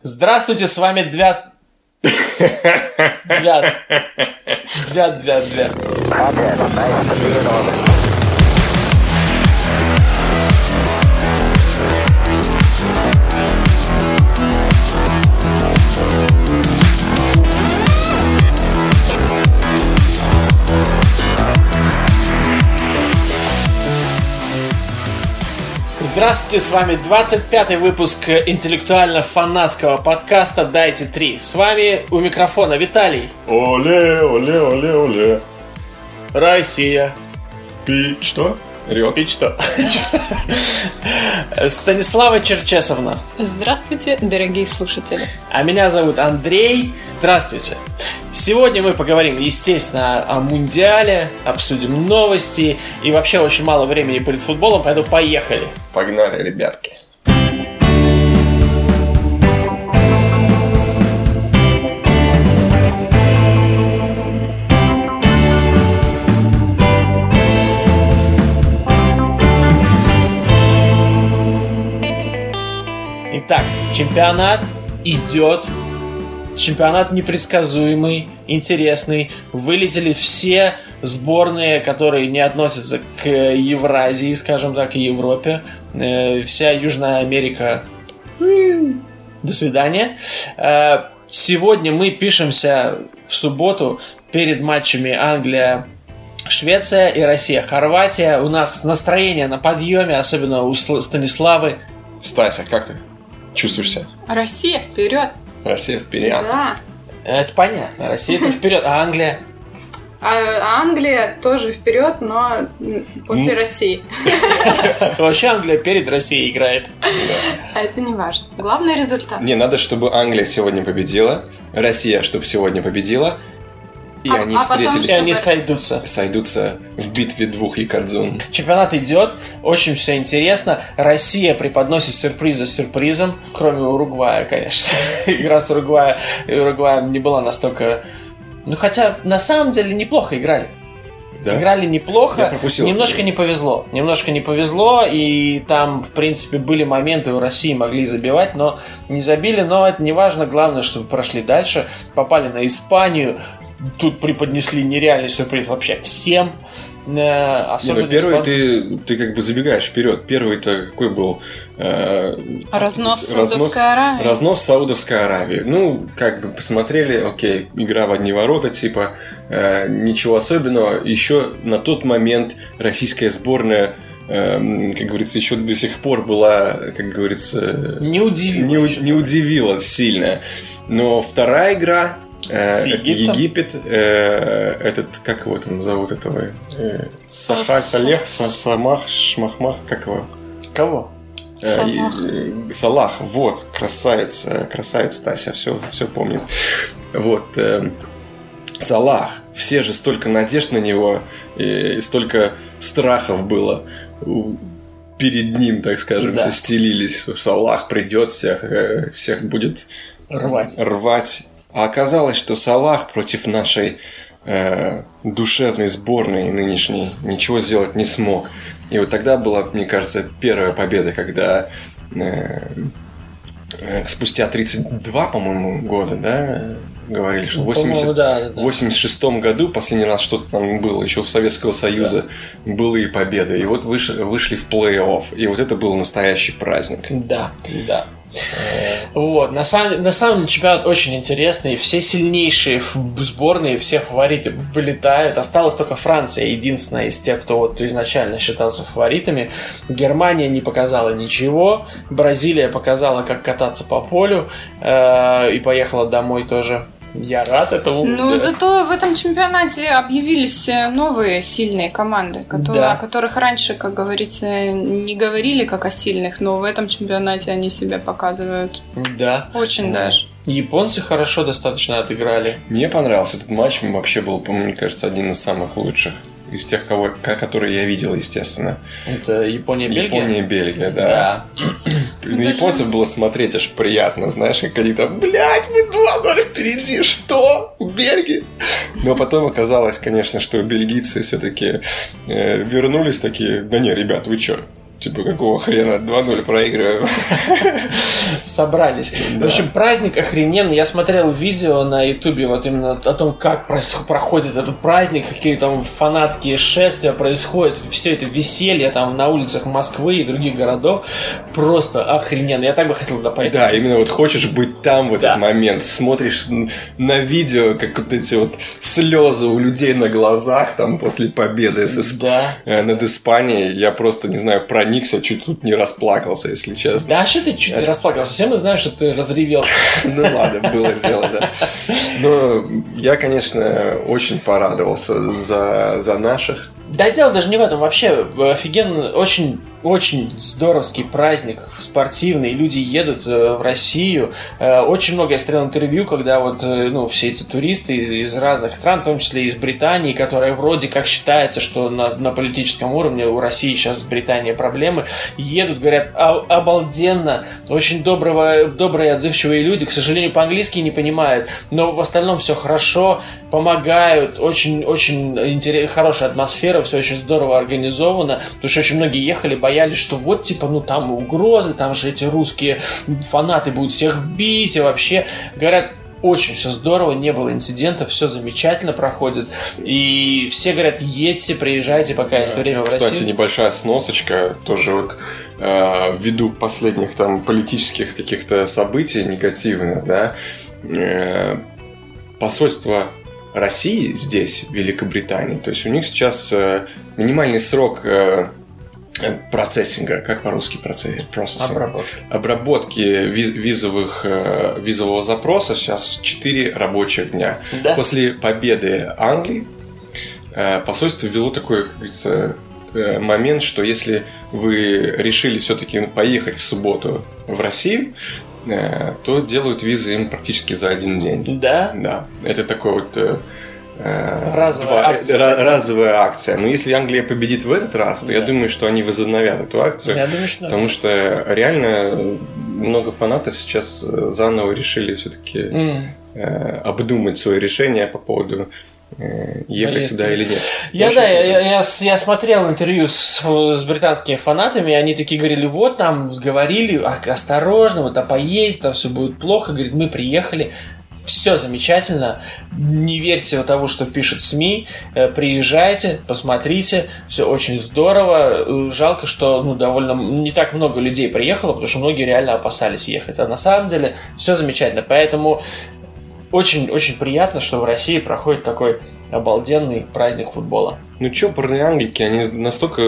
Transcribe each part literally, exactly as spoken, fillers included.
Здравствуйте, с вами Двят... Двят... Двят, Двят, Двят. Здравствуйте, с вами двадцать пятый выпуск интеллектуально-фанатского подкаста «Дайте три». С вами у микрофона Виталий. Оле, оле, оле, оле. Россия. Пи... Что? Рёк. Пи что? Станислава Черчесовна. Здравствуйте, дорогие слушатели. А меня зовут Андрей. Здравствуйте. Сегодня мы поговорим, естественно, о Мундиале, обсудим новости и вообще очень мало времени перед футболом, поэтому поехали. Погнали, ребятки. Итак, чемпионат идет. Чемпионат непредсказуемый, интересный. Вылетели все сборные, которые не относятся к Евразии, скажем так, и Европе. Вся Южная Америка. До свидания. Сегодня мы пишемся в субботу перед матчами Англия, Швеция и Россия, Хорватия. У нас настроение на подъеме, особенно у Станиславы. Стася, как ты чувствуешь себя? Россия вперед! Россия вперед. Да. Это понятно. Россия это вперед, а Англия? А Англия тоже вперед, но после России. Вообще Англия перед Россией играет. А это не важно. Главный результат. Не, надо, чтобы Англия сегодня победила, Россия, чтобы сегодня победила, и а, они а встретились. И они сойдутся. Сойдутся в битве двух якадзун. Чемпионат идет, очень все интересно. Россия преподносит сюрприз за сюрпризом, кроме Уругвая, конечно. Игра с Уругвая, Уругваем не была настолько... Ну, хотя, на самом деле, неплохо играли. Да? Играли неплохо, немножко не повезло. Немножко не повезло, и там, в принципе, были моменты, у России могли забивать, но не забили. Но это не важно, главное, чтобы прошли дальше. Попали на Испанию. Тут преподнесли нереальный сюрприз вообще всем. Э, Не, ну первый ты, ты как бы забегаешь вперед. Первый-то какой был? Э, разнос Саудовской Аравии. Разнос Саудовской Аравии. Ну, как бы посмотрели, окей, игра в одни ворота, типа, э, ничего особенного. Еще на тот момент российская сборная, э, как говорится, еще до сих пор была, как говорится... Не удивила. Не, не удивила сильно. Но вторая игра... Э, это Египет, э, этот, как его там зовут, этого? Э, Сахаль, Салех, Самах, Шмахмах, как его? Кого? Э, Салах. Э, Салах, вот, красавец, красавец Тася, все, все помнит. Вот, э, Салах, все же столько надежд на него, и столько страхов было перед ним, так скажем, да. Все стелились, Салах придет, всех, всех будет рвать. рвать. А оказалось, что Салах против нашей э, душевной сборной нынешней ничего сделать не смог. И вот тогда была, мне кажется, первая победа, когда э, э, спустя тридцать два, по-моему, года, да, говорили, что в восемьдесят, да, да, да. восемьдесят шестом году последний раз что-то там было, еще у Советского Союза да. Былые победы. И вот вышли, вышли в плей-офф. И вот это был настоящий праздник. Да, да. Вот, на самом, на самом деле чемпионат очень интересный. Все сильнейшие сборные, все фавориты вылетают. Осталась только Франция, единственная из тех, кто вот изначально считался фаворитами. Германия не показала ничего. Бразилия показала, как кататься по полю, э, и поехала домой тоже. Я рад этому. Ну, да. Зато в этом чемпионате объявились новые сильные команды, которые, да. О которых раньше, как говорится, не говорили как о сильных, но в этом чемпионате они себя показывают. Да. Очень да. даже. Японцы хорошо достаточно отыграли. Мне понравился этот матч, вообще был, мне кажется, один из самых лучших. Из тех, кого, которые я видел, естественно. Это Япония-Бельгия? Япония-Бельгия, да. да. На японцев было смотреть аж приятно, знаешь, как они там, блядь, мы два ноль впереди, что? У Бельгии? Но потом оказалось, конечно, что бельгийцы все-таки э, вернулись такие, да не, ребят, вы что? типа, какого хрена, два ноль проигрываем. Собрались. Да. В общем, праздник охрененный. Я смотрел видео на ютубе вот именно о том, как проходит этот праздник, какие там фанатские шествия происходят, все это веселье там на улицах Москвы и других городов. Просто охрененно. Я так бы хотел туда поехать. Да, именно вот хочешь быть там в этот да. момент. Смотришь на видео, как вот эти вот слезы у людей на глазах там после победы СС... да. над да. Испанией. Я просто, не знаю, проникся, чуть тут не расплакался, если честно. Да, что ты чуть не расплакался? Все мы знаем, что ты разревелся. Ну ладно, было дело, да. Но я, конечно, очень порадовался за, за наших. Да, дело даже не в этом. Вообще, офигенно, очень... Очень здоровский праздник, спортивный, люди едут э, в Россию. Э, очень много я смотрел интервью, когда вот, э, ну, все эти туристы из разных стран, в том числе из Британии, которая вроде как считается, что на, на политическом уровне у России сейчас с Британией проблемы, едут, говорят, обалденно, очень доброго, добрые, отзывчивые люди, к сожалению, по-английски не понимают, но в остальном все хорошо, помогают, очень, очень интерес, хорошая атмосфера, все очень здорово организовано, потому что очень многие ехали, боялись, боялись, что вот, типа, ну, там угрозы, там же эти русские фанаты будут всех бить, и вообще, говорят, очень все здорово, не было инцидентов, все замечательно проходит, и все говорят, едьте, приезжайте, пока есть время в Россию. Кстати, небольшая сносочка, тоже вот э, ввиду последних там политических каких-то событий негативных, да, э, посольство России здесь, в Великобритании, то есть у них сейчас э, минимальный срок э, процессинга, как по-русски процессинг? Обработки. Обработки визовых, визового запроса сейчас четыре рабочих дня. Да. После победы Англии посольство ввело такой, как говорится, момент, что если вы решили все-таки поехать в субботу в Россию, то делают визы им практически за один день. Да? Да. Это такой вот... Разовая, акция. разовая акция. Но если Англия победит в этот раз, то да. я думаю, что они возобновят эту акцию. Я думаю, что потому что реально много фанатов сейчас заново решили все-таки mm. обдумать свое решение по поводу ехать Поездки. Сюда или нет. Я, да, я, я, я смотрел интервью с, с британскими фанатами, и они такие говорили, вот там говорили, осторожно, вот а поедет, там все будет плохо. Говорит, мы приехали. Все замечательно, не верьте в того, что пишут СМИ, приезжайте, посмотрите, все очень здорово. Жалко, что ну, довольно не так много людей приехало, потому что многие реально опасались ехать. А на самом деле все замечательно, поэтому очень-очень приятно, что в России проходит такой обалденный праздник футбола. Ну чопорные англики, они настолько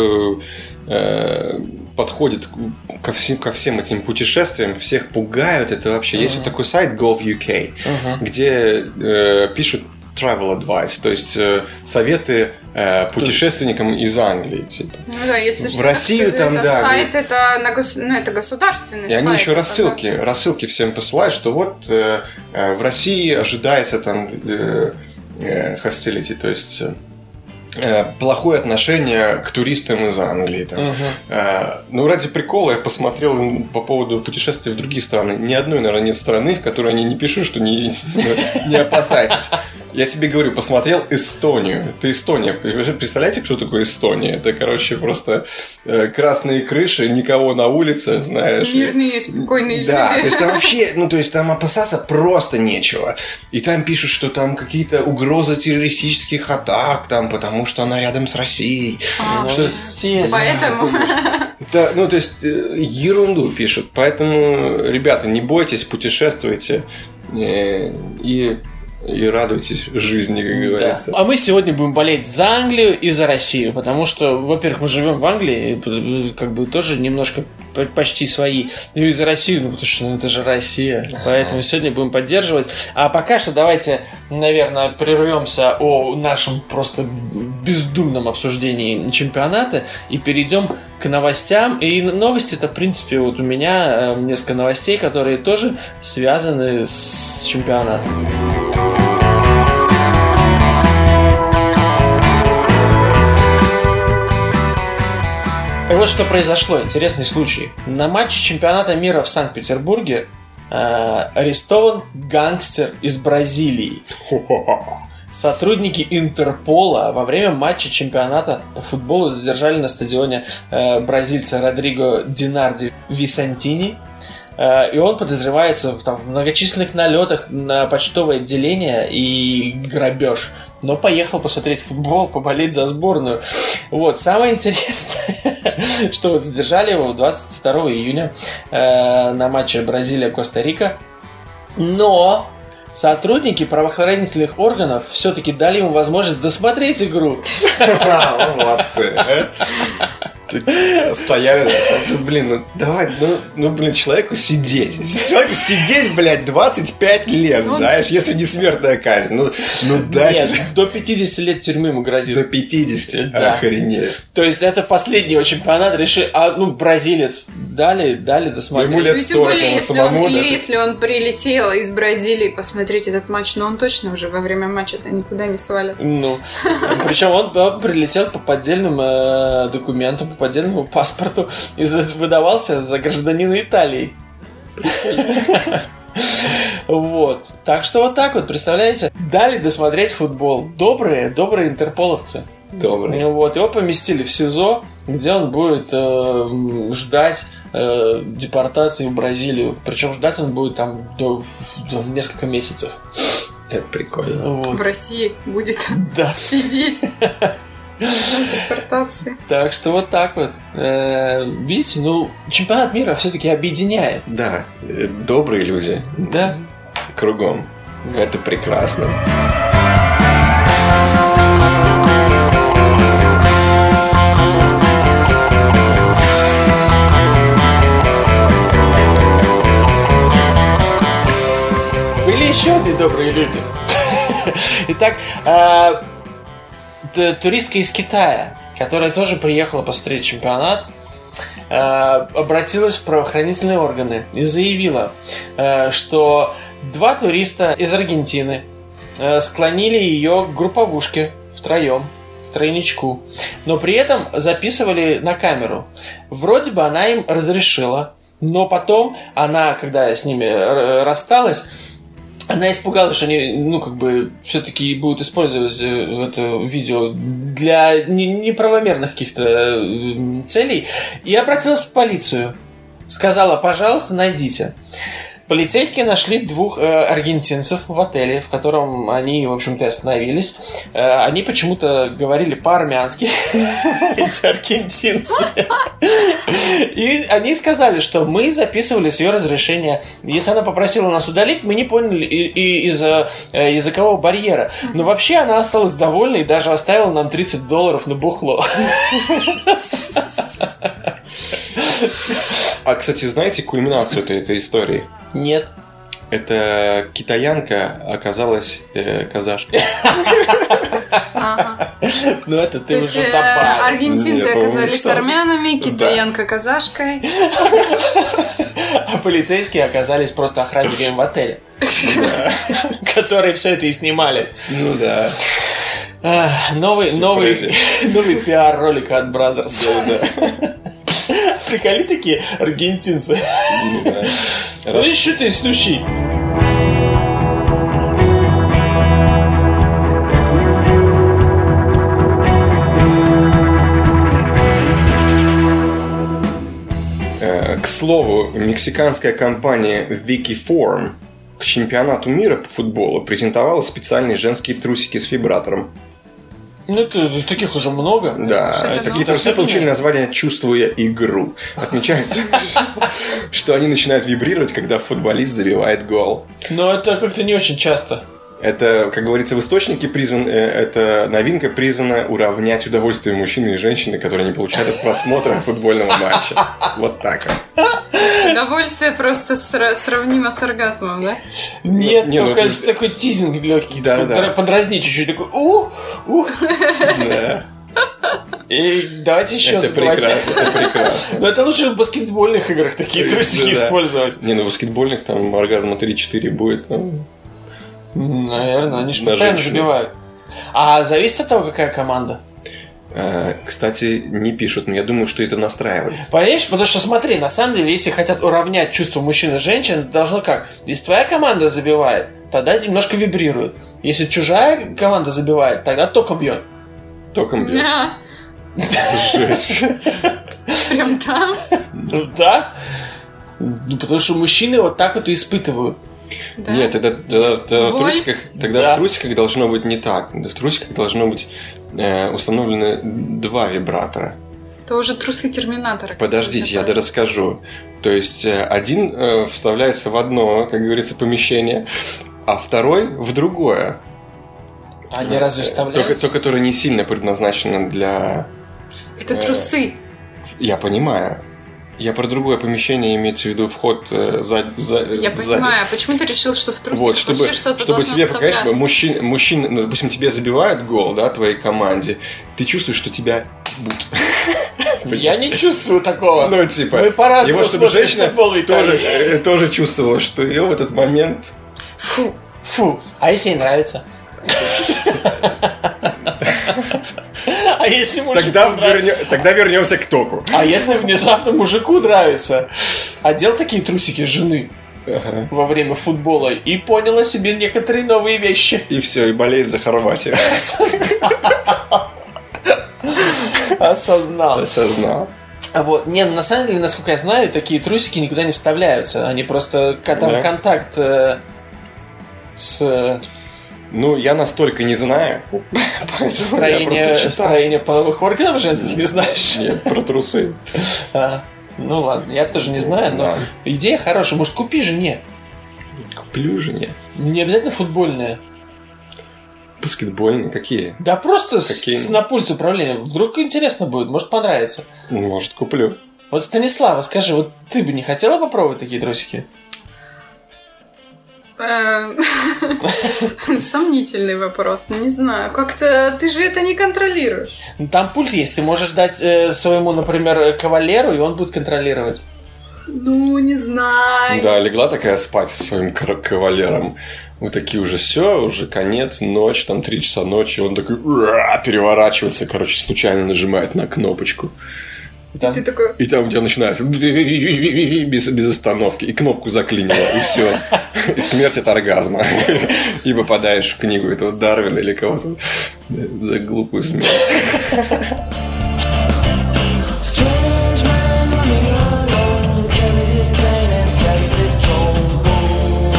э, подходят ко всем, ко всем этим путешествиям, всех пугают, это вообще. Uh-huh. Есть вот такой сайт Gov.uk, uh-huh. где э, пишут travel advice, то есть э, советы э, путешественникам из Англии. Типа. Ну да, если в что, Россию это, там, это да. сайт, это, на гос... ну, это государственный и сайт. И они еще это, рассылки, да? рассылки всем посылают, что вот э, э, в России ожидается там э, э, hostility, то есть э, плохое отношение к туристам из Англии. Там. Uh-huh. Э, ну, ради прикола я посмотрел по поводу путешествий в другие страны. Ни одной, наверное, нет страны, в которой они не пишут, что не, не опасайтесь. Я тебе говорю, посмотрел Эстонию. Ты Эстония. Представляете, что такое Эстония? Это, короче, просто э, красные крыши, никого на улице, знаешь. Мирные, спокойные да, люди. То есть там вообще, ну, то есть там опасаться просто нечего. И там пишут, что там какие-то угрозы террористических атак, там, потому что она рядом с Россией. А, что... Поэтому... Да, ну, то есть ерунду пишут. Поэтому, ребята, не бойтесь, путешествуйте. И... И радуйтесь жизни, как говорится. Да. А мы сегодня будем болеть за Англию и за Россию, потому что, во-первых, мы живем в Англии, как бы тоже немножко почти свои. Ну и за Россию, ну потому что ну, это же Россия. Поэтому сегодня будем поддерживать. А пока что давайте, наверное, прервемся о нашем просто бездумном обсуждении чемпионата и перейдем к новостям. И новости-то, в принципе, вот у меня несколько новостей, которые тоже связаны с чемпионатом. И вот что произошло, интересный случай. На матче чемпионата мира в Санкт-Петербурге э, арестован гангстер из Бразилии. Сотрудники Интерпола во время матча чемпионата по футболу задержали на стадионе э, бразильца Родриго Динарди Висантини. Э, и он подозревается в, там, в многочисленных налетах на почтовое отделение и грабеж. Но поехал посмотреть футбол, поболеть за сборную. Вот. Самое интересное, что вот задержали его двадцать второго июня э, на матче Бразилия-Коста-Рика. Но сотрудники правоохранительных органов все-таки дали ему возможность досмотреть игру. Молодцы. Стояли, ну, блин, ну давай, ну, ну, блин, человеку сидеть. Человеку сидеть, блядь, двадцать пять лет, ну, знаешь, если не смертная казнь. Ну, ну дайте. Нет, до пятидесяти лет тюрьмы ему грозит. До пятидесяти? Да. Охренеть. То есть это последний его чемпионат, решили, а, ну, бразилец, дали, дали досмотреть. Ему лет сорок, ему самому. Или если он прилетел из Бразилии посмотреть этот матч, но он точно уже во время матча-то никуда не свалит. Ну, причем он, он прилетел по поддельным э, документам, по поддельному паспорту и выдавался за гражданина Италии. Вот. Так что вот так вот, представляете? Дали досмотреть футбол. Добрые, добрые интерполовцы. Добрые. Вот. Его поместили в СИЗО, где он будет э, ждать э, депортации в Бразилию. Причем ждать он будет там до, до несколько месяцев. Это прикольно. Вот. В России будет да. сидеть. Депортации. Так что вот так вот. Э, видите, ну, чемпионат мира все-таки объединяет. Да, добрые люди. Да. Кругом. Да. Это прекрасно. Были еще одни добрые люди. Итак, э, туристка из Китая, которая тоже приехала посмотреть чемпионат, э, обратилась в правоохранительные органы и заявила, э, что два туриста из Аргентины э, склонили ее к групповушке втроем, к тройничку, но при этом записывали на камеру. Вроде бы она им разрешила, но потом она, когда с ними рассталась, она испугалась, что они, ну, как бы, все-таки будут использовать это видео для неправомерных каких-то целей, и обратилась в полицию. Сказала, пожалуйста, найдите. Полицейские нашли двух э, аргентинцев в отеле, в котором они, в общем-то, остановились. Э, они почему-то говорили по-армянски, эти аргентинцы. И они сказали, что мы записывали с ее разрешения. Если она попросила нас удалить, мы не поняли и, и из-за э, языкового барьера. Но вообще она осталась довольна и даже оставила нам тридцать долларов на бухло. А, кстати, знаете кульминацию этой, этой истории? Нет. Это китаянка оказалась э, казашкой. Ага. Ну это ты То уже есть, добавил. аргентинцы оказались армянами, китаянка казашкой. А полицейские оказались просто охранниками в отеле, которые все это и снимали. Ну да. Новый, новый, новый пиар-ролик от Brothers. Приколи такие аргентинцы. Ну еще ты слушай. К слову, мексиканская компания Wikiform к чемпионату мира по футболу презентовала специальные женские трусики с вибратором. Ну, это, таких уже много. Да, такие трусы получили название «Чувствуя игру». Отмечается, что они начинают вибрировать, когда футболист забивает гол. Но это как-то не очень часто. Это, как говорится, в источнике призван, эта новинка призвана уравнять удовольствие мужчины и женщины, которые не получают от просмотра футбольного матча. Вот так вот. Удовольствие просто сравнимо с оргазмом, да? Нет, не, только ну, это... такой тизинг легкий. Да, да. Подразнить чуть-чуть, такой у у Да. И давайте еще это, прекрасно, это прекрасно. Но это лучше в баскетбольных играх такие трусики да, использовать. Не, ну в баскетбольных там оргазма три-четыре будет. Ну... Наверное, они же постоянно забивают. А зависит от того, какая команда? Кстати, не пишут, но я думаю, что это настраивается. Понимаешь, потому что смотри, на самом деле, если хотят уравнять чувства мужчин и женщин, это должно как? Если твоя команда забивает, тогда немножко вибрирует. Если чужая команда забивает, тогда током бьет. Током бьет. Жесть. Прям там? Ну да. Ну, потому что мужчины вот так вот и испытывают. Да? Нет, тогда, тогда, тогда, в трусиках, тогда Да. в трусиках должно быть не так. В трусиках должно быть э, установлены два вибратора. Это уже трусы Терминатора. Подождите, я расскажу. То есть э, один э, вставляется в одно, как говорится, помещение, а второй в другое. Они разве То, вставляются? то, которое не сильно предназначено для... Это трусы. Я понимаю. Я про другое помещение, имеется в виду вход э, за, за, Я сзади. понимаю, а почему ты решил, что в трусиках Вот, чтобы, вообще что-то чтобы должно тебе, вставляться? конечно, мужчин, мужчин, ну, допустим, тебе забивают гол, да, твоей команде, ты чувствуешь, что тебя бут. Я не чувствую такого. Ну, типа, Мы по-разному и вот чтобы смотрим женщина футбол в Италии. тоже, э, тоже чувствовала, что ее в этот момент... Фу. Фу. А если ей нравится? А если мужику Тогда, нравится? вернем, тогда вернемся к току. А если внезапно мужику нравится? Одел такие трусики жены Ага. во время футбола и понял о себе некоторые новые вещи. И все, и болеет за Хорватию. Осознал. Осознал. А вот, не, на самом деле, насколько я знаю, такие трусики никуда не вставляются. Они просто, когда Да. контакт э, с Ну, я настолько не знаю. Поэтому я строение, просто читал. строение половых органов женских не знаешь. Нет, про трусы. А, ну ладно, я тоже не знаю, но Да. идея хорошая. Может, купи жене. Куплю жене. Не обязательно футбольная. Баскетбольные какие? Да просто с- Какие? на пульте управления. Вдруг интересно будет, может понравится. Ну, может, куплю. Вот, Станислава, скажи, вот ты бы не хотела попробовать такие трусики? Эм, Сомнительный вопрос, ну не знаю. Как-то ты же это не контролируешь. Ну, там пульт есть, ты можешь дать э, своему, например, кавалеру, и он будет контролировать. Ну, не знаю. Да, легла такая спать со своим кар- кавалером. Мы такие уже все, уже конец, ночь, там три часа ночи. Он такой «Ура!» переворачивается, короче, случайно нажимает на кнопочку. И там- Ты такой, И там у тебя начинается без, без остановки. И кнопку заклинило, и все. И смерть от оргазма. И попадаешь в книгу этого Дарвина или кого-то за глупую смерть. Strange man running alone, carries his cane and carries his trombone.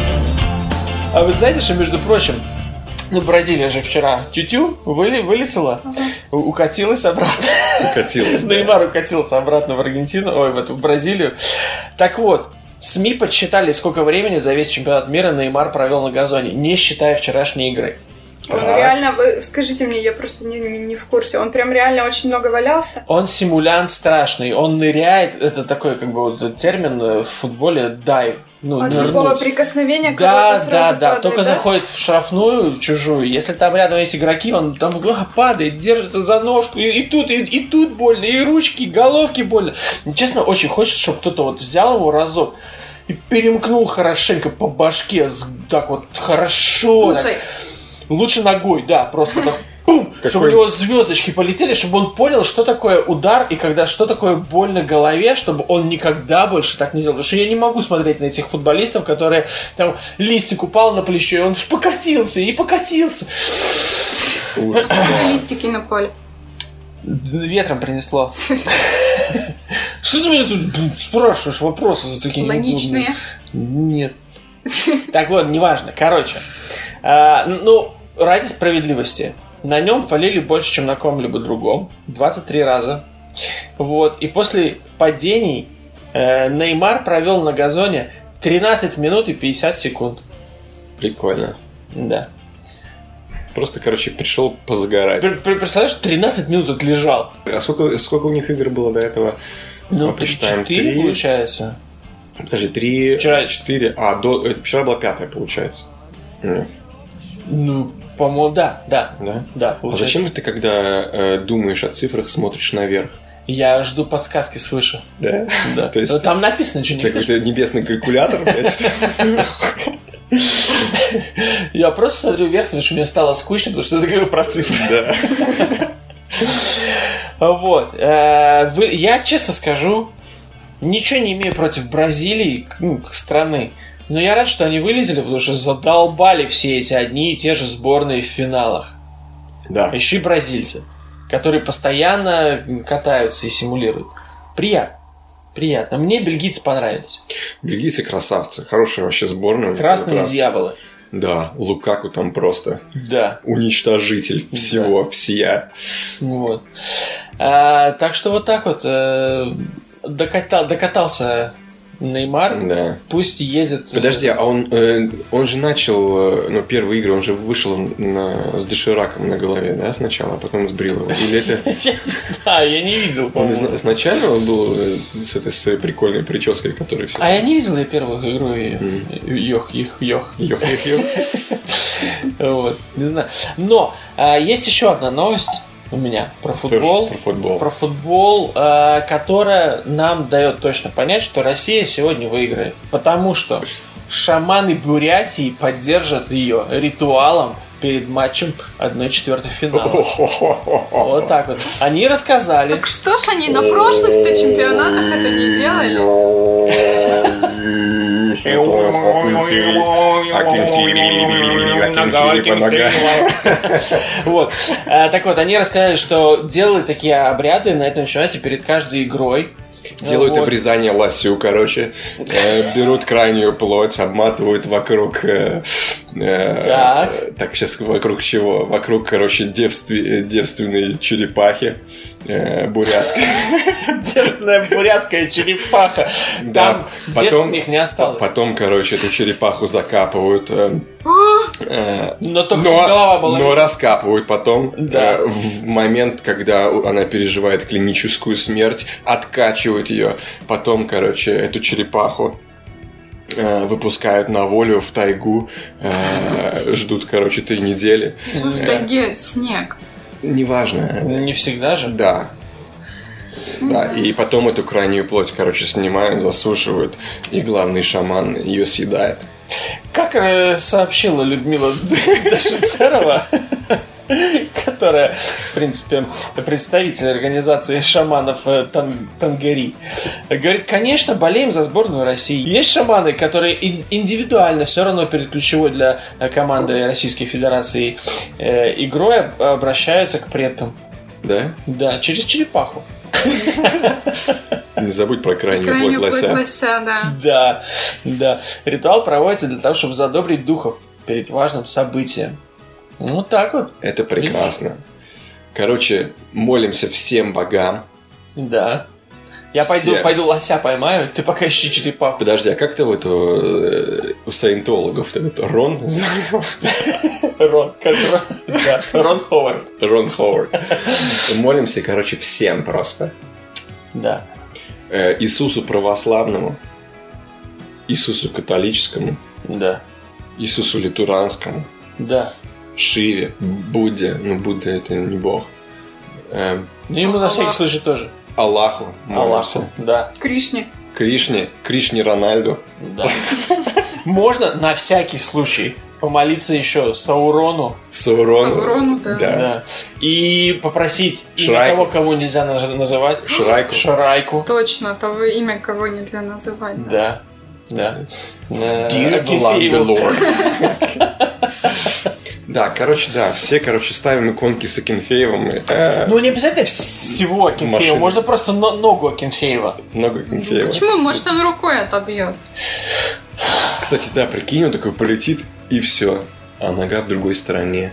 А вы знаете, что, между прочим, ну, Бразилия же вчера тю-тю выли, вылетела, у- укатилась обратно. Катилась. да. Неймар укатился обратно в Аргентину, ой, в эту в Бразилию. Так вот, СМИ подсчитали, сколько времени за весь чемпионат мира Неймар провел на газоне, не считая вчерашней игры. он Так. реально, вы скажите мне, я просто не, не, не в курсе, он прям реально очень много валялся? Он симулянт страшный, он ныряет, это такой, как бы, вот термин в футболе дайв. Ну, От нырнуть. любого прикосновения к Да, кого-то да, сразу да. падает, Только да? заходит в штрафную чужую. Если там рядом есть игроки, он там а, падает, держится за ножку. И, и тут, и, и тут больно, и ручки, и головки больно. Ну, честно, очень хочется, чтобы кто-то вот взял его разок и перемкнул хорошенько по башке. с- Так вот, хорошо. так. Пуцай. Лучше ногой, да, просто так. Пум! Какой- Чтобы у него звездочки полетели, чтобы он понял, что такое удар и когда что такое больно голове, чтобы он никогда больше так не делал. Потому что я не могу смотреть на этих футболистов, которые там листик упал на плечо, и он покатился, и покатился. Ужас. Откуда листики на поле? Ветром принесло. Что ты меня тут блин, спрашиваешь вопросы за такие Логичные. неудобные? Нет. Так вот, неважно. Короче, а, ну, ради справедливости, на нем валили больше, чем на ком-либо другом. двадцать три раза. Вот. И после падений э, Неймар провел на газоне тринадцать минут и пятьдесят секунд. Прикольно. Да. Просто, короче, пришел позагорать. Пр- пр- Представляешь, тринадцать минут отлежал. А сколько, сколько у них игр было до этого? Ну, Мы посчитаем. четыре, Три. получается. Подожди, три, Вчера- четыре. А, до, э, вчера была пятая, получается. М, Ну, по-моему, да, да. Да? Да, А получается. зачем ты, когда э, думаешь о цифрах, смотришь наверх? Я жду подсказки свыше. Да? Да. То есть Ну, там написано, что у не тебя какой-то небесный калькулятор, блядь? Я просто смотрю вверх, потому что мне стало скучно, потому что я заговорил про цифры. Да. Вот. Э, вы- Я честно скажу, ничего не имею против Бразилии, ну, как страны. Но я рад, что они вылезли, потому что задолбали все эти одни и те же сборные в финалах. Да. Еще и бразильцы, которые постоянно катаются и симулируют. Приятно. Приятно. Мне бельгийцы понравились. Бельгийцы красавцы. Хорошая вообще сборная. Красные дьяволы. Да, Лукаку там просто да. уничтожитель всего, да. всея. Вот. А, так что вот так вот э, докатал, докатался Неймар, да. пусть едет... Подожди, а он, э, он же начал, ну, первые игры, он же вышел на, с дошираком на голове, да, сначала, а потом сбрил его? Или это... Я не знаю, я не видел, по-моему. Он изначально он был с этой своей прикольной прической, которая... А я не видел я первую игру, йох, йох, йох. Йох, йох, йох. Вот, не знаю. Но есть еще одна новость у меня про футбол, про футбол, про футбол, э, которая нам дает точно понять, что Россия сегодня выиграет, потому что шаманы Бурятии поддержат ее ритуалом перед матчем одна четвертая финала. Вот так вот. Они рассказали. Так что ж они на прошлых-то чемпионатах это не делали? Вот. Так вот, они рассказали, что делают такие обряды на этом чемпионате перед каждой игрой. Делают вот. обрезание лосю, короче. Э, берут крайнюю плоть, обматывают вокруг... Э, э, так. Так, сейчас вокруг чего? Вокруг, короче, девстве, девственной черепахи э, бурятской. Девственная бурятская черепаха. Там девственных не осталось. Потом, короче, эту черепаху закапывают. Э, но только но, голова была. Но раскапывают потом. Да. Э, в момент, когда она переживает клиническую смерть, откачивают ее. Потом, короче, эту черепаху э, выпускают на волю в тайгу. Э, ждут, короче, три недели. В тайге снег. Неважно. Не всегда же. Да. Да, и потом эту крайнюю плоть, короче, снимают, засушивают, и главный шаман ее съедает. Как э, сообщила Людмила Дашицерова, которая, в принципе, представитель организации шаманов Тан- Тангари, говорит, конечно, болеем за сборную России. Есть шаманы, которые индивидуально все равно перед ключевой для команды Российской Федерации э, игрой обращаются к предкам. Да? Да, через черепаху. Не забудь про крайнюю, крайнюю плоть лося. лося, да. Да, да. Ритуал проводится для того, чтобы задобрить духов перед важным событием. Ну, так вот. Это прекрасно. Короче, молимся всем богам. Да. Я Все. пойду, пойду лося поймаю, ты пока ищи черепаху. Подожди, а как ты вот у, у саентологов-то это Рон? Рон, как Рон. Да, Рон Ховард. Рон Ховард. Молимся, короче, всем просто. Да. Иисусу православному, Иисусу католическому, да. Иисусу литуранскому, да. Шиве, Будде, ну Будда это не бог. Ну ему на всякий случай тоже. Аллаху молимся. Аллаху, да. Кришне. Кришне, Кришне Рональду. Да. Можно на всякий случай помолиться еще Саурону. Саурону. Саурону, да. да. да. И попросить имя Шрайку. того, кого нельзя называть. Шрайку. Шрайку. Точно, того имя, кого нельзя называть. Да. Да. Dear Lord. Да, короче, да, все, короче, ставим иконки с Акинфеевым. Ну, не обязательно всего Акинфеева, можно просто ногу Акинфеева. Ногу Акинфеева. Почему? Может, он рукой отобьет. Кстати, да, прикинь, он такой полетит, и все. А нога в другой стороне.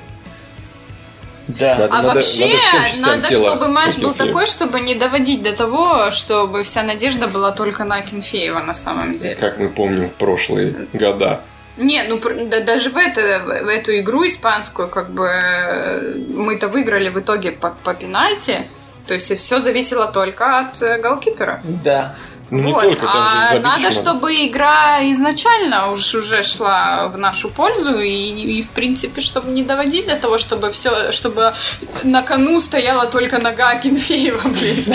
Да. Надо, а надо, вообще, надо, всем частям надо тела чтобы матч был Акинфеева. такой, чтобы не доводить до того, чтобы вся надежда была только на Акинфеева на самом деле. Как мы помним в прошлые года. Не, ну да, даже в, это, в эту игру испанскую, как бы мы-то выиграли в итоге по, по пенальти. То есть все зависело только от голкипера. Да. Ну, не вот. только, там же а забить надо, надо. чтобы игра изначально уж уже шла в нашу пользу и, и в принципе, чтобы не доводить до того, чтобы все, чтобы на кону стояла только нога Акинфеева, блин.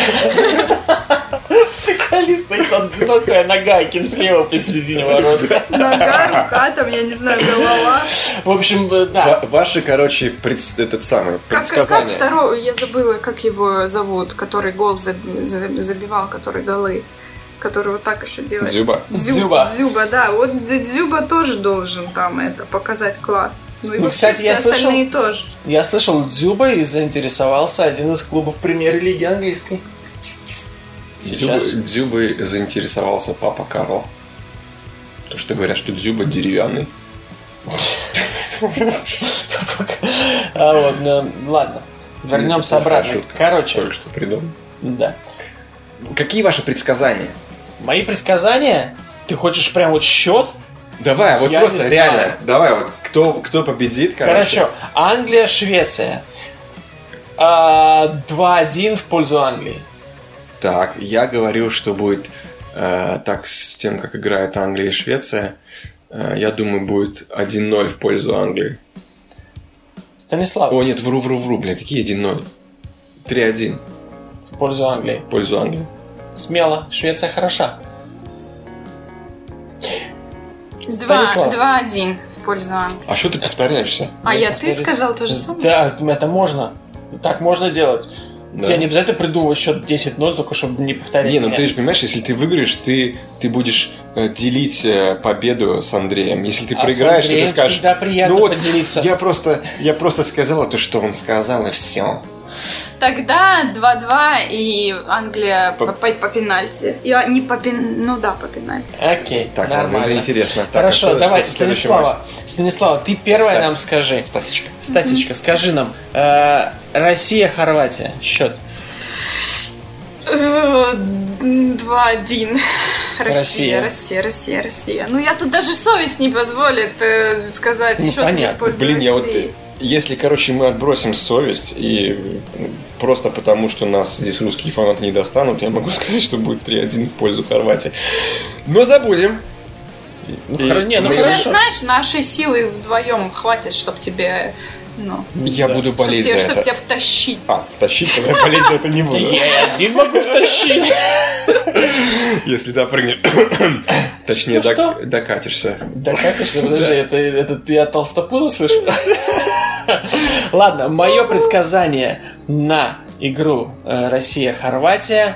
Приколист, там одинокая нога Акинфеева посередине ворот. Нога, рука, там, я не знаю, голова. В общем, да. Ваши, короче, пред... этот самый Как, предсказания. как второй, я забыла, как его зовут, который гол забивал, который голы. который вот так еще делает. Дзюба. Дзюба. Дзюба, да. Вот Дзюба тоже должен там это показать класс. Ну, и Ну, вообще кстати, все я слышал- остальные тоже. Я слышал, Дзюба и заинтересовался один из клубов премьер-лиги английской. Дзюбой, Сейчас. Дзюбой заинтересовался папа Карл. То, что говорят, что Дзюба деревянный. А вот, ну, ладно. Вернемся Плохая обратно. шутка. Короче, Только что придумал. да. Какие ваши предсказания? Мои предсказания? Ты хочешь прям вот счет? Давай, вот Я просто не реально. знаю. Давай, вот кто, кто победит, короче. Хорошо. Англия, Швеция. А, два один в пользу Англии. Так, я говорю, что будет э, так с тем, как играет Англия и Швеция. э, я думаю, будет один ноль в пользу Англии. Станислав, О, нет, вру, вру, вру, бля, какие один ноль? три один в пользу Англии. в пользу Англии. Смело. Швеция хороша. Два- Станислав. два один в пользу Англии. А что ты повторяешься? А Ну, я ты повторите. сказал то же самое? Да, это можно. Так можно делать. Да. Тебе не обязательно придумывать счет десять ноль, только чтобы не повторять. Не, ну меня. ты же понимаешь, если ты выиграешь, ты, ты будешь э, делить э, победу с Андреем. Если ты А с проиграешь, то ты Андреем скажешь... всегда приятно ну вот, поделиться. Я просто, я просто сказала то, что он сказал, и все. Тогда два-два и Англия По- по, по- по пенальти. И, а, не по пен... Ну да, по пенальти. Окей, Так, ладно, нормально. это интересно. Так, Хорошо, а что- давай, что следующий Станислава. Станислава, ты первая Стась. нам скажи. матч? Стасечка. Стасечка, скажи нам. э, Россия-Хорватия. Счет. Э, два-один. Россия. Россия, Россия, Россия, Россия. Ну я тут даже совесть не позволит э, сказать Ну, счет не в понятно. пользу Блин, я вот... России. Если, короче, мы отбросим совесть и просто потому, что нас здесь русские фанаты не достанут, я могу сказать, что будет три один в пользу Хорватии. Но забудем. Ну, И хоро- не, ну мы Ты же хорошо. знаешь, нашей силы вдвоем хватит, чтобы тебе, ну, Я Да. буду чтобы болеть тебе, за чтоб это. тебя втащить. А, втащить, тогда я болеть за это не буду. Я и один могу втащить. Если допрыгнешь. Точнее, Что, док- что? докатишься. Да как ты, подожди, это, это ты от толстопуза слышишь? Ладно, мое предсказание на игру э, Россия-Хорватия.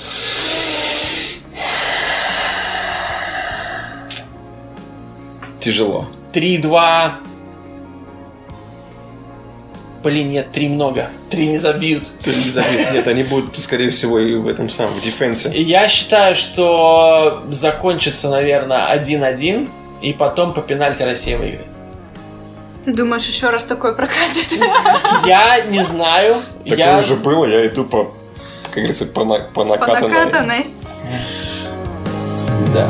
Тяжело. три-два. Блин, нет, три много. Три не забьют. Ты не забил. Нет, они будут, скорее всего, и в этом самом, в дефенсе. И я считаю, что закончится, наверное, один-один, и потом по пенальти Россия выиграет. Ты думаешь, еще раз такое прокатит? Я не знаю. Такое я... уже было, я иду по, как говорится, по, на- по По накатанной. накатанной. Да.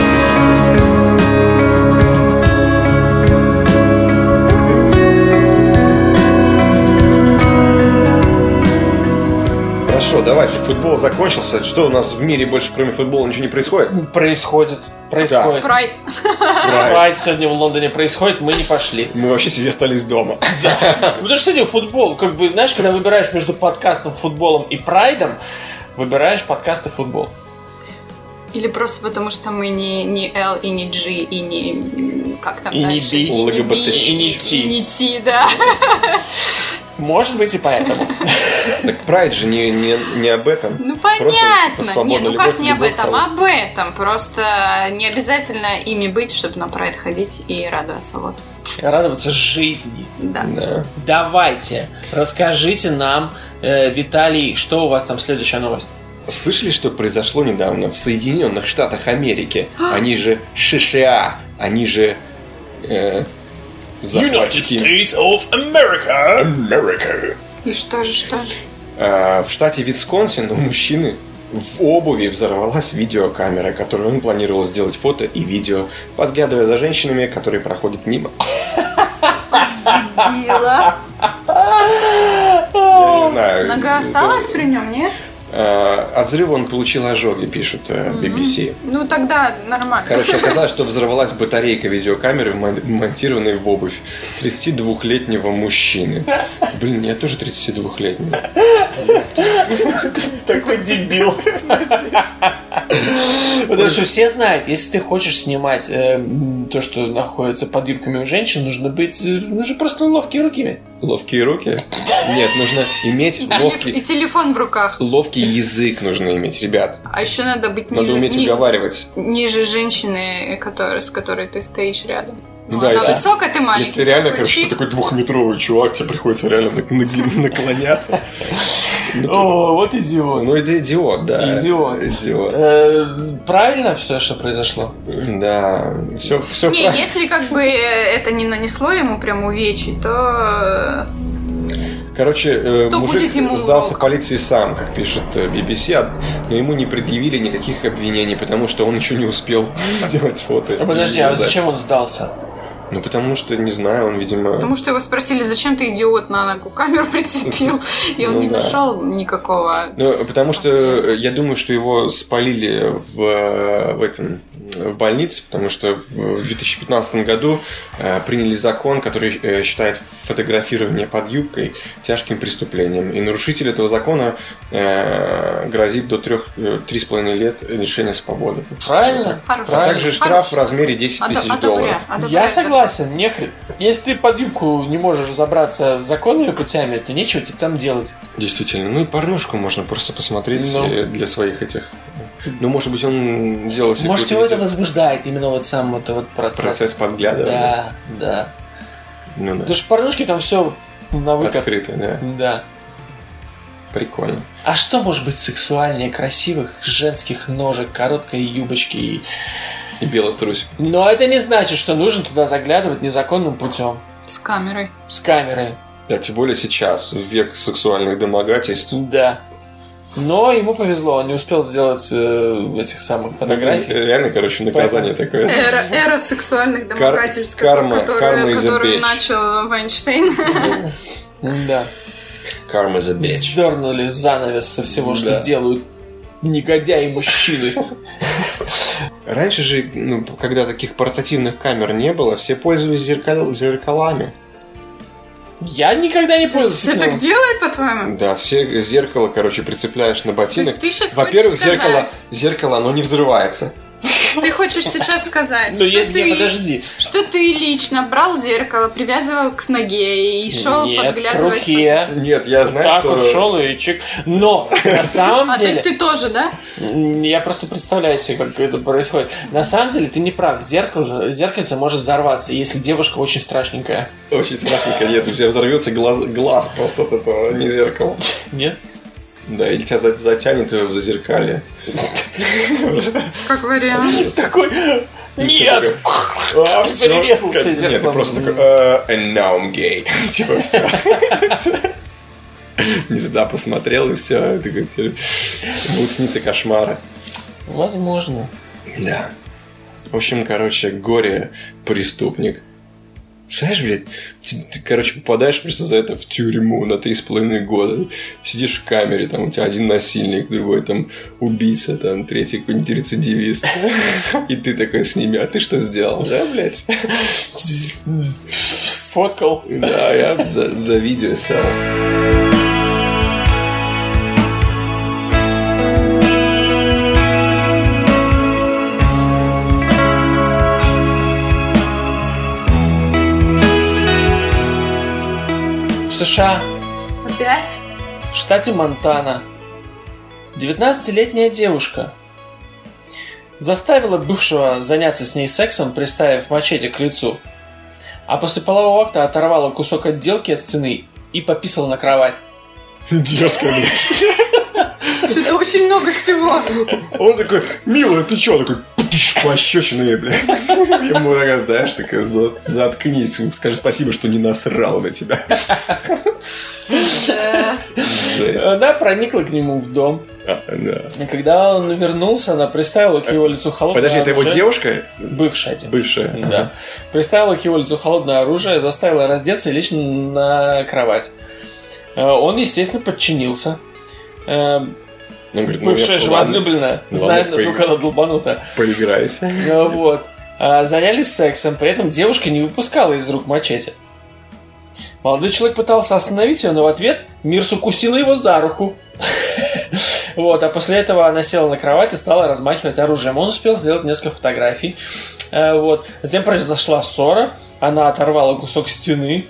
Хорошо, давайте, футбол закончился. Что у нас в мире больше, кроме футбола, ничего не происходит? Происходит. Происходит. Прайд. Правильно. Прайд сегодня в Лондоне происходит, мы не пошли. Мы вообще сидели, остались дома. Потому что сегодня футбол, как бы, знаешь, когда выбираешь между подкастом, футболом и прайдом, выбираешь подкаст и футбол. Или просто потому, что мы не, не L и не G и не... Как там И не дальше? B, И не B, ЛГБТ. И не T. И не T, да. Может быть и поэтому. Так прайд же не, не, не об этом. Ну Просто, типа, понятно. свободная Не, ну любовь, как не об любовь, этом? там. Об этом. Просто не обязательно ими быть, чтобы на прайд ходить и радоваться. Вот. Радоваться жизни. Да. Да. Давайте, расскажите нам, э, Виталий, что у вас там следующая новость? Слышали, что произошло недавно в Соединенных Штатах Америки? Они же США, они же э, захватчики. States of America. America. И что же, что же? Э, в штате Висконсин у мужчины в обуви взорвалась видеокамера, которую он планировал сделать фото и видео, подглядывая за женщинами, которые проходят мимо. Била. Я не знаю. Нога это- осталась при нем, нет? Э, От взрыва он получил ожоги, пишут э, би би си. Ну тогда нормально. Короче, оказалось, что взорвалась батарейка видеокамеры, вмон- вмонтированной в обувь тридцатидвухлетнего мужчины. Блин, я тоже тридцатидвухлетний. Такой дебил. Потому что все знают, если ты хочешь снимать э, м, то, что находится под юбками у женщин, нужно быть, э, нужно просто ловкие руки. Ловкие руки? Нет, нужно иметь И, ловкий... телеф- и телефон в руках. Ловкий язык нужно иметь, ребят. А еще надо быть Надо ниже, уметь ни- уговаривать. ниже женщины, который, с которой ты стоишь рядом. Ну да, Она если- высокая, ты маленький. Если реально, такой короче, чик. ты такой двухметровый чувак, тебе приходится реально нак- нак- наклоняться. О, вот идиот. Ну, это идиот, да. Идиот. Идиот. Э, Правильно все, что произошло? Да, все, все Не, если как бы э, это не нанесло ему прям увечий, то... э, Короче, э, То мужик будет ему сдался урок. полиции сам, как пишет э, би би си, а- но ему не предъявили никаких обвинений, потому что он еще не успел сделать фото. А подожди, и а запись. зачем он сдался? Ну, потому что, не знаю, он, видимо... Потому что его спросили, зачем ты, идиот, на ногу камеру прицепил, и он Ну не да. нашел никакого... Ну, потому что э, я думаю, что его спалили в, э, в этом в больнице, потому что в две тысячи пятнадцатом году э, приняли закон, который э, считает фотографирование под юбкой тяжким преступлением. И нарушитель этого закона э, грозит до трех, э, три с половиной лет лишения свободы. Правильно? Хорошо. А также штраф в Хорошо. размере десять Одо- тысяч одобряю, долларов. одобряю. Я согласен, нехрен. Если ты под юбку не можешь разобраться законными путями, то нечего тебе там делать. Действительно. Ну и порнушку можно просто посмотреть Ну. э, для своих этих... Ну, может быть, он делал себе Может, какое-то его это видео. возбуждает, именно вот сам вот, вот процесс. Процесс подглядывания. Да, да. Ну да. Потому что в порнушке там все на выкат. Открыто, да. Да. Прикольно. А что может быть сексуальнее красивых женских ножек, короткой юбочки и... И белых трусик. Но это не значит, что нужно туда заглядывать незаконным путем. С камерой. С камерой. А тем более сейчас, в век сексуальных домогательств. Да. Но ему повезло, он не успел сделать э, этих самых фотографий. Реально, короче, наказание такое. Эра, эра сексуальных домогательств, Кар- какой- карма- которую, карма is a которую bitch. начал Вайнштейн. Да. Karma is a bitch. Сдернули занавес со всего, что Да. делают негодяи мужчины. Раньше же, ну, когда таких портативных камер не было, все пользовались зеркал- зеркалами. Я никогда не пользовался. Все так ну, делают, по-твоему? Да, все зеркало, короче, прицепляешь на ботинок. То есть ты щас Во-первых, хочешь сказать- зеркало, зеркало, оно не взрывается. Ты хочешь сейчас сказать, Ну, что, я- ты, не, подожди. что ты лично брал зеркало, привязывал к ноге и шел Нет, к подглядывать? руке. Нет, я Вот знаю, так что... вот шел и чик. Но на самом А то есть деле... ты тоже, да? М, Я просто представляю себе, как это происходит. На самом деле ты не прав. Зеркало, зеркальце может взорваться, если девушка очень страшненькая. Очень страшненько. Нет, у тебя взорвется глаз, глаз просто от этого, не зеркало. Нет? Да, или тебя за- затянет в зазеркалье. Просто. Как вариант. Такой... И всё Нет! такое, «А, всё». Перерезался Нет, ты зеркалом. просто такой, «Uh, and now I'm gay». Типа все. Не туда посмотрел, и все. Будут сниться кошмары. Возможно. Да. В общем, короче, горе-преступник. Знаешь, блядь, ты, ты, короче, попадаешь просто за это в тюрьму на три с половиной года. Сидишь в камере, там у тебя один насильник, другой там убийца, там третий какой-нибудь рецидивист. И ты такой с ними, а ты что сделал? Да, блядь? Фоткал. Да, я за, за видео сел. В США, Опять? в штате Монтана, девятнадцатилетняя девушка заставила бывшего заняться с ней сексом, приставив мачете к лицу, а после полового акта оторвала кусок отделки от стены и пописала на кровать. Дерзко, блядь. Это очень много всего. Он такой, милая, ты чё? Такой, пощечина ей, блядь. Ему такая, знаешь, такая, «За- заткнись, скажи спасибо, что не насрал на тебя. Да. Жесть. Она проникла к нему в дом. А, да. И когда он вернулся, она приставила к его лицу холодное Подожди, это его оружие. девушка? Бывшая девушка. Бывшая. Да. Приставила к его лицу холодное оружие, заставила раздеться и лечь на кровать. Э, Он, естественно, подчинился. Э, Он говорит, ну, Бывшая я- же ладно, возлюбленная, ладно, знает, насколько поигра- она долбанута. Поиграйся. Э, Вот. А, Занялись сексом, при этом девушка не выпускала из рук мачете. Молодой человек пытался остановить ее, но в ответ Мирс укусила его за руку. Вот, а после этого она села на кровать и стала размахивать оружием. Он успел сделать несколько фотографий. Э, Вот. Затем произошла ссора. Она оторвала кусок стены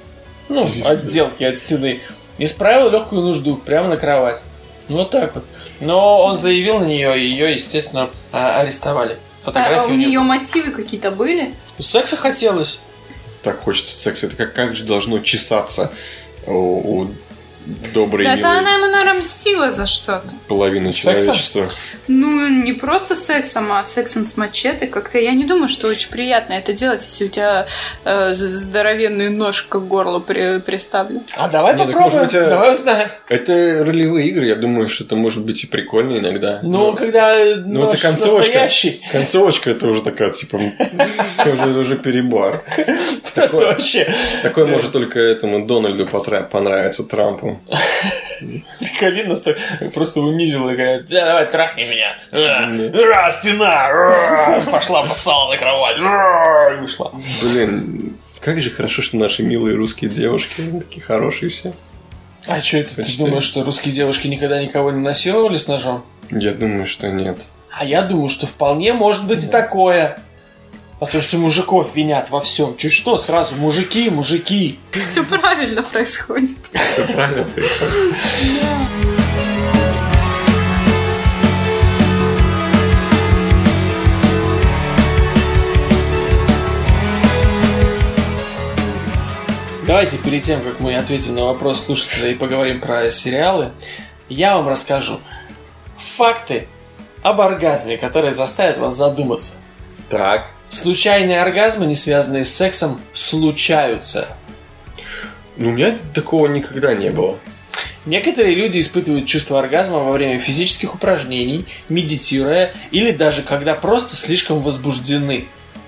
ну, отделки от стены, и справил легкую нужду прямо на кровать. Ну, вот так вот. Но он заявил на нее, и ее, естественно, а, арестовали. А у нее мотивы какие-то были? Секса хотелось. Так хочется секса. Это как, как же должно чесаться у, у доброй, да, милой это она ему, наверное, мстила за что-то. половины Сексом? человечества. Ну, не просто сексом, а сексом с мачете. Как-то я не думаю, что очень приятно это делать, если у тебя э, здоровенный нож к горлу при, приставлен. А давай Не, так, попробуем, может быть, а- давай узнаем. Это ролевые игры, я думаю, что это может быть и прикольно иногда. Ну, когда Ну, нож это концовочка. настоящий. Концовочка это уже такая, типа, это уже, это уже перебор. Просто Такое, вообще. такое может только этому Дональду потра- понравиться, Трампу. Приколи, насто- просто унизила и говорит, да, давай, трахни меня. Ра, стена. Ра, пошла, поссала на кровать. Ра, и ушла. Блин, как же хорошо, что наши милые русские девушки они такие хорошие все. А что это? Ты Почти. думаешь, что русские девушки никогда никого не насиловали с ножом? Я думаю, что нет. А я думаю, что вполне может быть и такое. А то все мужиков винят во всем. Чуть что, сразу мужики, мужики. Все правильно происходит. Все правильно происходит. Давайте перед тем, как мы ответим на вопрос слушателя и поговорим про сериалы, я вам расскажу факты об оргазме, которые заставят вас задуматься. Так. Случайные оргазмы, не связанные с сексом, случаются. Ну, у меня такого никогда не было. Некоторые люди испытывают чувство оргазма во время физических упражнений, медитируя или даже когда просто слишком возбуждены.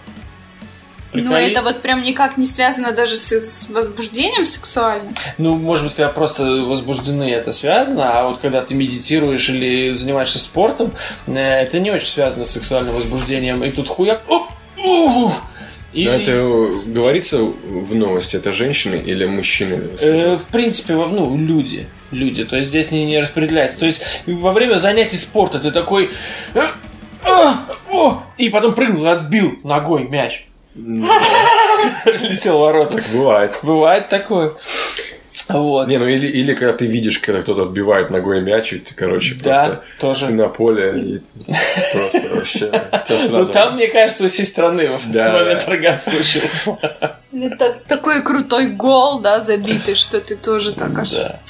Ну, Приколи? это вот прям никак не связано даже с, с возбуждением сексуальным. Ну, может быть, когда просто возбуждены, это связано, а вот когда ты медитируешь или занимаешься спортом, э, это не очень связано с сексуальным возбуждением. И тут хуяк... Оп! Ух! И, Но это говорится в новости, это женщины или мужчины? э, в принципе, во- ну, люди. Люди. То есть здесь не, не распределяется. То есть во время занятий спорта ты такой... «Э, а, о!» И потом прыгнул и отбил ногой мяч. Летел в ворота. Так бывает. Бывает такое. Вот. Не, ну или, или когда ты видишь, когда кто-то отбивает ногой мяч, и ты, короче, Да, просто тоже. ты на поле и просто вообще тебя Ну сразу... там, мне кажется, у всей страны в этот Да. момент оргазм случился. Это такой крутой гол, да, забитый, что ты тоже так аж... Да.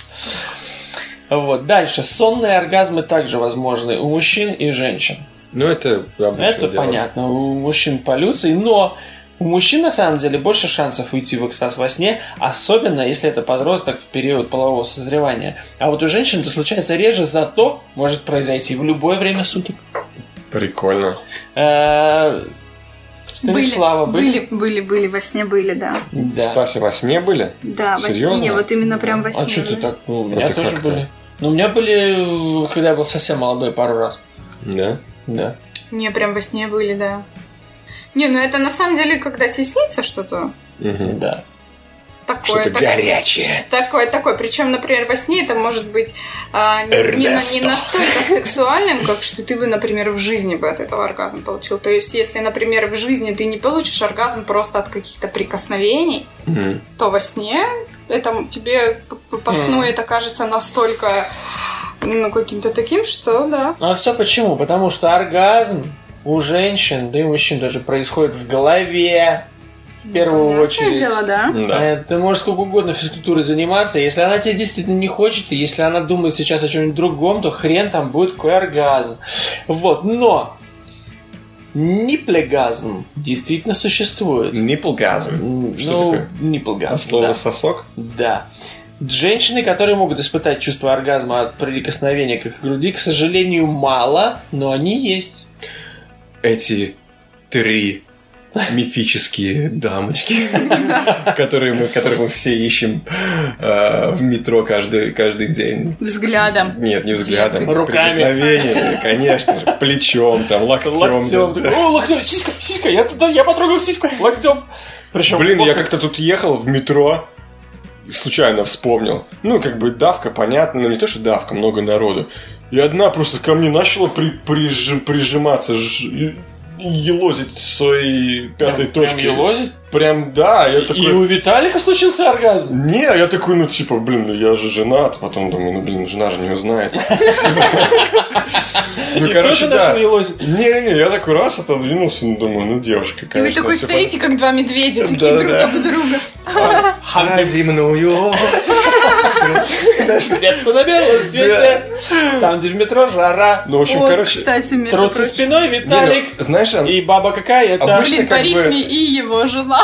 Вот. Дальше. Сонные оргазмы также возможны у мужчин и женщин. Ну это обычное Это дело. понятно. У мужчин полюции, но у мужчин на самом деле больше шансов уйти в экстаз во сне, особенно если это подросток в период полового созревания. А вот у женщин это случается реже, зато может произойти в любое время суток. Прикольно. Э, Станислава, были, были, были, были, во сне были, да. Да. Стася, во сне были? Да, во Серьезно? сне, вот именно прям во сне. А что ты были. так? Ну, у меня Это тоже как-то. были. Ну, у меня были, когда я был совсем молодой, пару раз. Да. Да. Не, прям во сне были, да. Не, ну это на самом деле, когда тебе снится что-то Мгм. Да. такое. Что-то так- горячее. Такое, такое. Причем, например, во сне это может быть а, не, не на- не настолько сексуальным, как что ты бы, например, в жизни бы от этого оргазм получил. То есть, если, например, в жизни ты не получишь оргазм просто от каких-то прикосновений, Мгм. то во сне это тебе по- по сну это кажется настолько ну, каким-то таким, что да. А все почему? Потому что оргазм у женщин, да и у мужчин даже происходит в голове. В первую Понятное очередь. дело, да. Да. Э, Ты можешь сколько угодно физкультурой заниматься. Если она тебе действительно не хочет, и если она думает сейчас о чем-нибудь другом, то хрен там будет какой оргазм. Вот. Но ниплегазм действительно существует. Ниплгазм. М, Что ну, такое? ниплгазм, От слова да. сосок? Да. Женщины, которые могут испытать чувство оргазма от прикосновения к их груди, к сожалению, мало, но они есть. Эти три мифические дамочки, которые мы, которых мы все ищем э, в метро каждый, каждый день. Взглядом. Нет, не взглядом, Детки. Руками. прикосновениями, конечно же, плечом, там, локтем. Локтем. да. Такой, О, локтем, сиська, сиська, я, туда, я потрогал сиську, локтем. Причем, Блин, вот я как- как-то тут ехал в метро, и случайно вспомнил. Ну, как бы давка, понятно, но не то, что давка, много народу. И одна просто ко мне начала при- прижи- прижиматься. Ж- и елозить в своей пятой Прям- точке. прям елозить? Прям, да. Я И такой... у Виталика случился оргазм. Не, я такой, ну, типа, блин, ну я же женат. Потом думаю, ну, блин, жена же не узнает. Ну, И тоже начал елозить. Не-не, я такой раз отодвинулся, ну, думаю, ну, девушка, И вы конечно. такой всё стоите, как два медведя, такие Да, друг да. об друга. А земную ось. Детку на белом свете. Там, где в метро жара. Ну, в общем, Вот, короче... кстати, между Трутся прочим. спиной, не, Виталик. ну, знаешь, он- И баба какая это? Обычно- Блин, по как бы- рифме и его жена.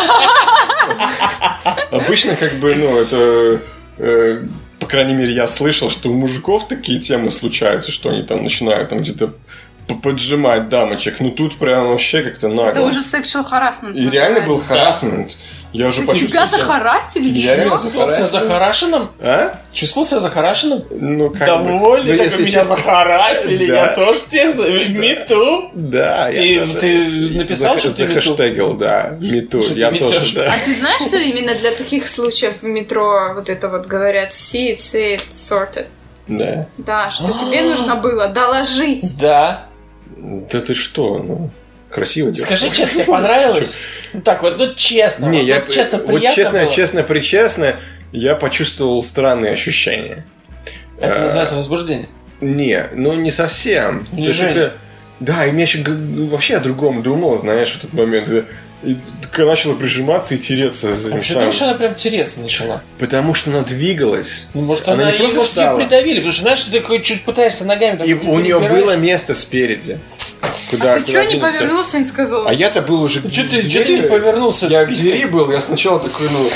обычно, как бы, ну, это... э, по крайней мере, я слышал, что у мужиков такие темы случаются, что они там начинают там где-то п- поджимать дамочек. Ну, тут прям вообще как-то нагло. Это уже sexual harassment. И реально был называется. харассмент. Я уже Тебя почувствовал... захарастили? Я Чё? реально Чувствовал себя захарашенным? А? Чувствовал себя захарашенным? Ну, как бы... Довольный, ну, так если меня честно- захарасили, Да. я тоже тебе за... Мету. Да, я Ты- тоже... ты написал, за- что ты захэштегил, да, мету. Что ты Я метёшь? тоже, да. А ты знаешь, что именно для таких случаев в метро вот это вот говорят see it, say it, sort it? Да. Да, что тебе нужно было доложить. Да. Да ты что, ну... Красиво делать. Скажи честно, тебе понравилось? Ну так вот, ну честно. Не, вот, я... вот честно, Вот приятно честно, было? честно, причестно, я почувствовал странные ощущения. Это Э, называется возбуждение. Не, ну не совсем. То есть Унижение. это- Да, и меня еще г- вообще о другом думал, знаешь, в этот момент. И такая начала прижиматься и тереться за А этим почему ты самым. думаешь, она прям тереться начала? Потому что она двигалась. Ну, может, Она она, не и просто может, её встала. придавили, потому что, знаешь, ты такой чуть пытаешься ногами... так И у нее перебираешь. было место спереди. Куда, А ты куда что не двинуться. повернулся и не сказал? А я-то был уже к Чё ты- двери. чё ты не повернулся Я к писькой? двери был, я сначала такой, ну...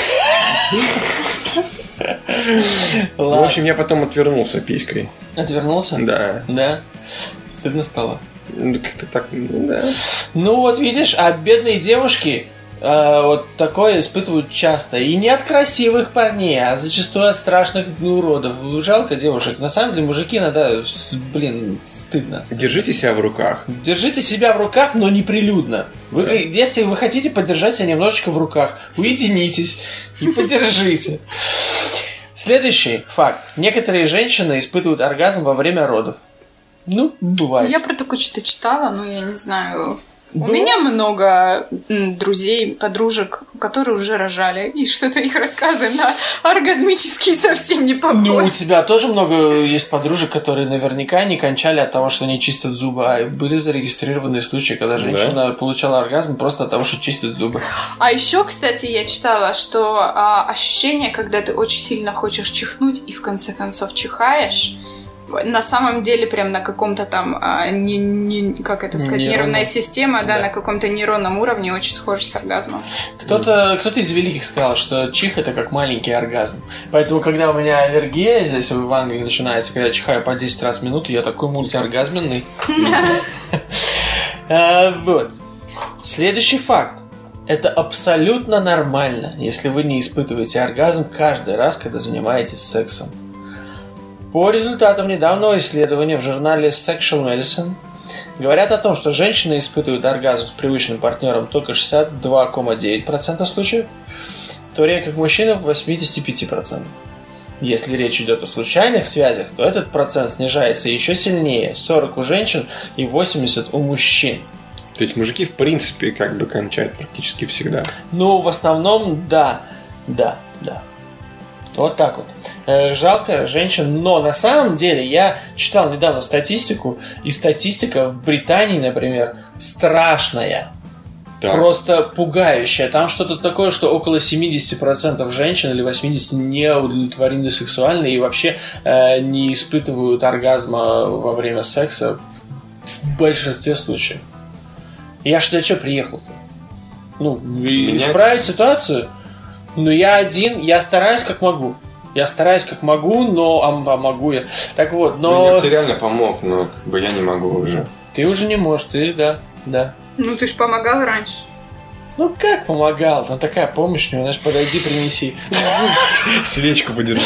В Ладно. общем, я потом отвернулся писькой. Отвернулся? Да. Да. Стыдно стало. Ну, как-то так, ну, да. Ну вот видишь, а бедные девушки э, вот такое испытывают часто. И не от красивых парней, а зачастую от страшных уродов. Жалко девушек. На самом деле, мужики иногда, с- блин, стыдно. Держите себя в руках. Держите себя в руках, но не прилюдно. Вы, если вы хотите подержать себя немножечко в руках, уединитесь и подержите. Следующий факт. Некоторые женщины испытывают оргазм во время родов. Ну, бывает. Я про такое что-то читала, но я не знаю. У Ну. меня много м, друзей, подружек, которые уже рожали, и что-то их рассказы на оргазмические совсем не похожи. Ну, у тебя тоже много есть подружек, которые наверняка не кончали от того, что они чистят зубы, а были зарегистрированные случаи, когда женщина получала оргазм просто от того, что чистит зубы. А еще, кстати, я читала, что а, ощущение, когда ты очень сильно хочешь чихнуть и в конце концов чихаешь, на самом деле прям на каком-то там, а, не, не, как это сказать, Нейронном. нервная система, да, Да. на каком-то нейронном уровне очень схожа с оргазмом. Кто-то, кто-то из великих сказал, что чих это как маленький оргазм. Поэтому, когда у меня аллергия здесь в Англии начинается, когда я чихаю по десять раз в минуту, я такой мультиоргазменный. А, Вот. Следующий факт. Это абсолютно нормально, если вы не испытываете оргазм каждый раз, когда занимаетесь сексом. По результатам недавнего исследования в журнале Sexual Medicine говорят о том, что женщины испытывают оргазм с привычным партнером только шестьдесят два целых девять десятых процента случаев, в то время как мужчины в восемьдесят пять процентов. Если речь идет о случайных связях, то этот процент снижается еще сильнее – сорок у женщин и восемьдесят у мужчин. То есть мужики, в принципе, как бы кончают практически всегда. Ну, в основном, да, да, да. Вот так вот. Э, Жалко женщин, но на самом деле я читал недавно статистику, и статистика в Британии, например, страшная. Так. Просто пугающая. Там что-то такое, что около семьдесят процентов женщин или восемьдесят процентов не удовлетворены сексуально и вообще э, не испытывают оргазма во время секса в, в большинстве случаев. Я что, что приехал-то? Ну, и- Менять? исправить ситуацию? Ну, я один, я стараюсь как могу. Я стараюсь как могу, но а, а могу я. Так вот, Ну, но я тебе реально помог, но как бы я не могу уже. ты уже не можешь, ты, да, да. Ну, ты ж помогал раньше. Ну как помогал? Ну такая помощь мне, знаешь, подойди, принеси. Свечку подержи.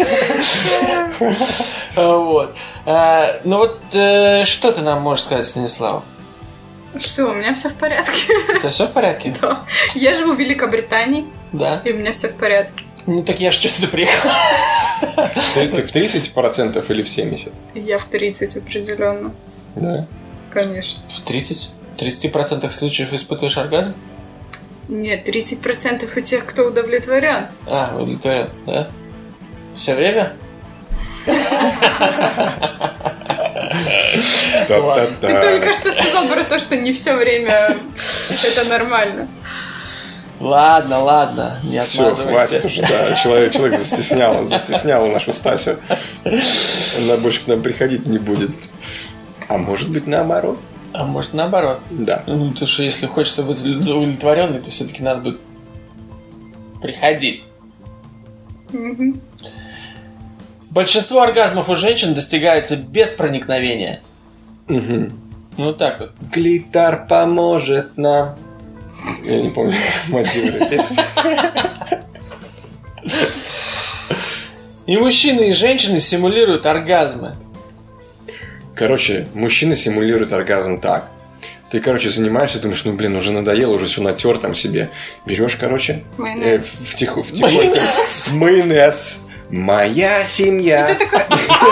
А, Вот. А, Ну вот, э, что ты нам можешь сказать, Станислав? Что, у меня все в порядке. У тебя все в порядке? Да. Я живу в Великобритании, Да. и у меня все в порядке. Ну так я ж что сюда приехал. Ты, ты в тридцать процентов или в семьдесят процентов? Я в тридцать определенно. Да. Конечно. В тридцать? тридцать процентов случаев испытываешь оргазм? Нет, тридцать процентов у тех, кто удовлетворен. А, удовлетворен, да? Все время? Ты только что сказал про то, что не все время это нормально. Ладно, ладно, не Все, отмазывайся. хватит уже, да. Человек, человек застесняла, застесняла нашу Стасю. Она больше к нам приходить не будет. А может быть наоборот. А может наоборот. Да. Ну, потому что если хочется быть удовлетворенной, то все-таки надо будет приходить. Мгм. Большинство оргазмов у женщин достигается без проникновения. Угу. Ну так вот. Клитор поможет нам. Я не помню мотивы этой песни. И мужчины, и женщины симулируют оргазмы. Короче, мужчина симулирует оргазм так. Ты, короче, занимаешься, думаешь, ну, блин, уже надоело, уже все натер там себе. Берешь, короче, Майонез. э, в тихо, в тихонько. Майонез. Моя семья. Ты такой,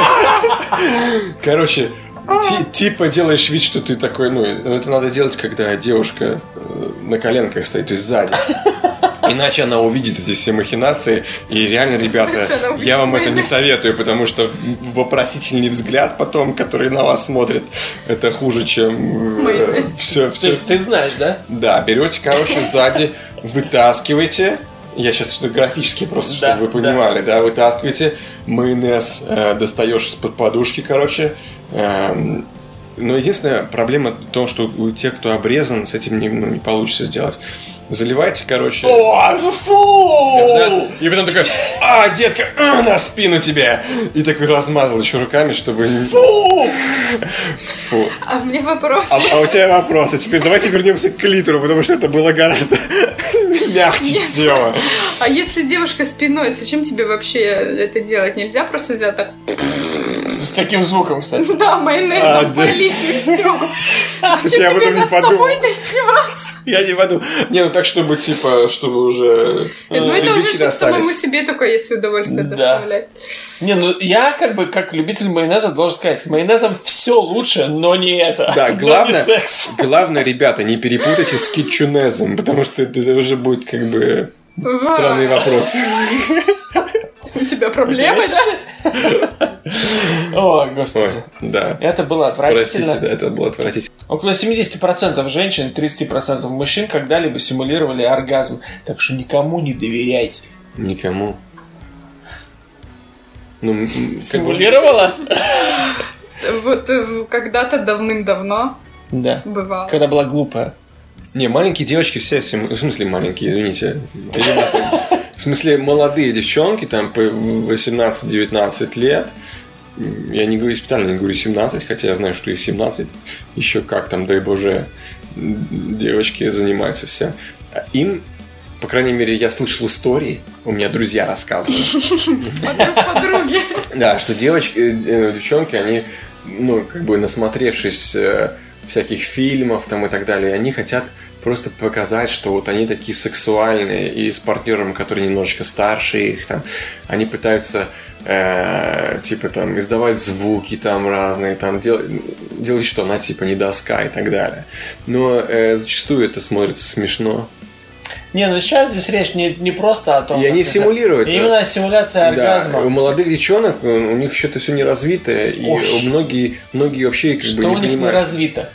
Короче, ти- типа делаешь вид, что ты такой, ну, это надо делать, когда девушка э, на коленках стоит, то есть сзади. Иначе она увидит эти все махинации. И реально, ребята, Иначе она увидит я вам это не майонез. советую, потому что вопросительный взгляд потом, который на вас смотрит, это хуже, чем Майонез. все, То все. есть ты знаешь, да? Да, берете, короче, сзади, вытаскиваете. Я сейчас что-то графически просто, чтобы Да, вы понимали, да, вытаскиваете майонез, э, достаешь из-под подушки, короче. Эм, но единственная проблема в том, что у тех, кто обрезан, с этим не, ну, не получится сделать. Заливайте, короче. О, ну фу! Да, и потом такой, а, детка, а, на спину тебе! И такой размазал еще руками, чтобы... Фу! Фу. а мне вопрос. А, а у тебя вопрос. А теперь давайте вернемся к клитору, потому что это было гораздо мягче всего. А если девушка спиной, зачем тебе вообще это делать? Нельзя просто взять так, С таким звуком, кстати. да, майонезом А, да. полить и все. Кстати, я об этом не над подумал. собой-то издеваться? Я не подумал. Не, ну так, чтобы, типа, чтобы уже... Ну это следы уже чтобы остались. самому себе только есть удовольствие Да. доставлять. Не, ну я как бы как любитель майонеза должен сказать, с майонезом все лучше, но не это. Да, Но не главное, секс. главное, ребята, не перепутайте с кетчунезом, потому что это, это уже будет, как бы, странный вопрос. У тебя проблемы, да? О, Ой, господи. да. Это было Простите, отвратительно. да, это было отвратительно. Около семьдесят процентов женщин, тридцать процентов мужчин когда-либо симулировали оргазм. Так что никому не доверяйте. Никому. Ну, м, как бы- Симулировала? Вот э, когда-то давным-давно Да. бывало. Когда была глупая. Не, маленькие девочки все, симу- в смысле маленькие, извините. В смысле молодые девчонки, там по восемнадцать-девятнадцать лет. Я не говорю, специально не говорю семнадцать, хотя я знаю, что и семнадцать. Еще как там, дай боже, девочки занимаются всем. Им, по крайней мере, я слышал истории, у меня друзья рассказывали. Подруг- Подруги. Да, что девочки, э, девчонки, они, ну, как бы насмотревшись э, всяких фильмов там и так далее, они хотят просто показать, что вот они такие сексуальные, и с партнером, который немножечко старше их, там, они пытаются, э, типа, там, издавать звуки там разные, там, дел- делать, что она, типа, не доска и так далее. Но э, зачастую это смотрится смешно. Не, ну сейчас здесь речь не, не просто о том... И они как это- симулируют. Именно симуляция оргазма. Да, у молодых девчонок, у у них еще это все не развито, и Ой. многие, многие вообще как Что бы не у них не понимают. развито?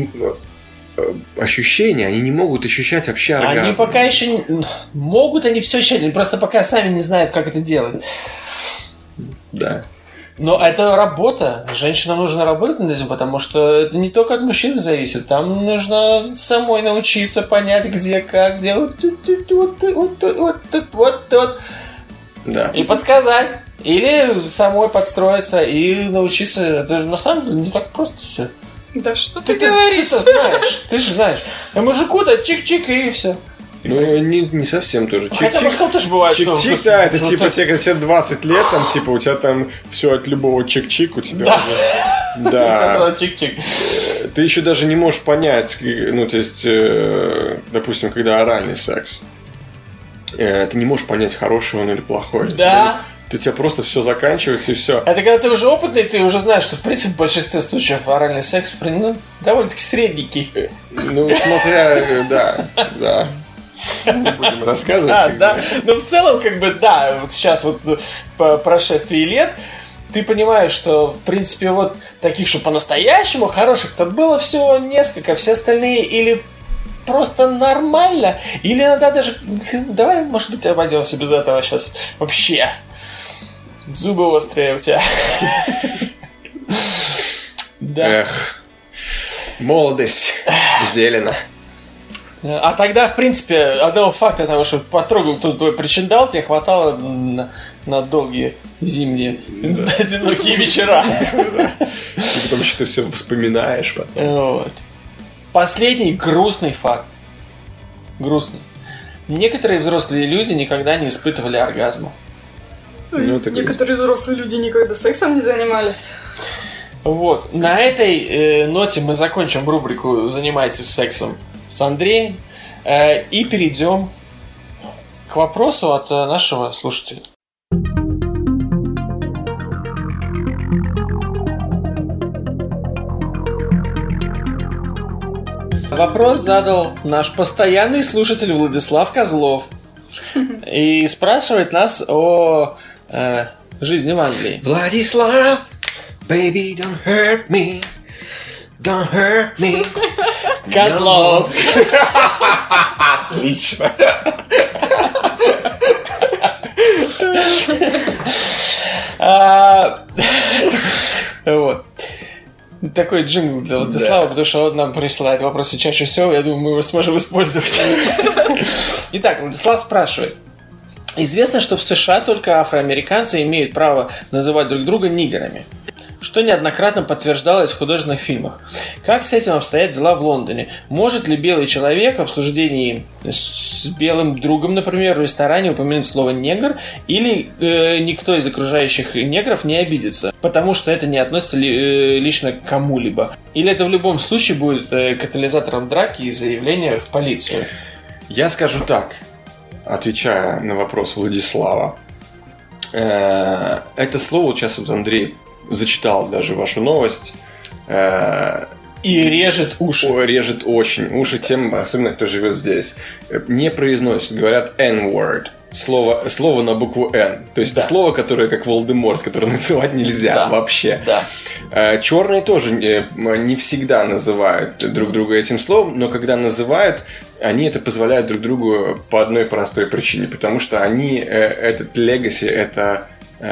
Ощущения, они не могут ощущать вообще оргазм. Они пока еще не... Могут они все ощущать, они просто пока сами не знают, как это делать. Да. Но это работа. Женщинам нужно работать над этим, потому что это не только от мужчин зависит. Там нужно самой научиться понять, где, как делать. Вот тут, вот тут, вот тут, вот тут, вот тут. Да. И подсказать. Или самой подстроиться и научиться. Это же на самом деле не так просто все. Да что ты Ты, ты, говоришь? ты знаешь, ты же знаешь. А мужику-то чик-чик и все. Ну, не, не совсем тоже. Хотя мужикам тоже бывает, что... Чик-чик, да, это что типа так- тебе, когда тебе двадцать лет, там, типа, у тебя там все от любого чик-чик у тебя Да. уже. Да. Чик-чик. Ты еще даже не можешь понять, ну, то есть, э, допустим, когда оральный секс, э, ты не можешь понять, хороший он или плохой. Да. у тебя просто все заканчивается и все. Это когда ты уже опытный, ты уже знаешь, что в принципе в большинстве случаев оральный секс ну, довольно-таки средненький. Ну, смотря, э, да, да. Не будем рассказывать. А, как да. бы. Но в целом, как бы, да, вот сейчас вот по прошествии лет ты понимаешь, что, в принципе, вот таких, что по-настоящему хороших-то было всего несколько, все остальные или просто нормально, или иногда даже... Давай, может быть, обойдемся без этого сейчас. Вообще. Зубы острые у тебя. Да. Эх. Молодость. Зелено. А тогда, в принципе, одного факта того, что потрогал кто-то твой причиндал, тебе хватало на, на долгие зимние одинокие вечера. И потом еще ты все вспоминаешь. Вот. Последний грустный факт. Грустный. Некоторые взрослые люди никогда не испытывали оргазма. Ну, это Некоторые взрослые люди никогда сексом не занимались. Вот. На этой э, ноте мы закончим рубрику «Занимайтесь сексом» с Андреем э, и перейдем к вопросу от э, нашего слушателя. Вопрос задал наш постоянный слушатель Владислав Козлов и спрашивает нас о э, жизни в Англии. Владислав, baby, don't hurt me, don't hurt me. Козлов. Отлично. А, Вот. Такой джингл для Владислава, потому что он нам присылает вопросы чаще всего, я думаю, мы его сможем использовать. Итак, Владислав спрашивает. Известно, что в США только афроамериканцы имеют право называть друг друга нигерами, что неоднократно подтверждалось в художественных фильмах. Как с этим обстоят дела в Лондоне? Может ли белый человек в обсуждении с белым другом, например, в ресторане упомянуть слово «негр», или э, никто из окружающих негров не обидится, потому что это не относится ли, э, лично к кому-либо? Или это в любом случае будет э, катализатором драки и заявления в полицию? Я скажу так, отвечая на вопрос Владислава. Э, Это слово, вот сейчас вот Андрей зачитал даже вашу новость. Э, И режет уши. о, режет очень уши тем, особенно кто живет здесь. Э, Не произносят, говорят N-word. Слово, слово на букву N. То есть Да. это слово, которое как Волдеморт, которое называть нельзя Да. вообще. Да. Э, Черные тоже э, не всегда называют друг друга этим словом, но когда называют, они это позволяют друг другу по одной простой причине, потому что они, э, этот legacy, это,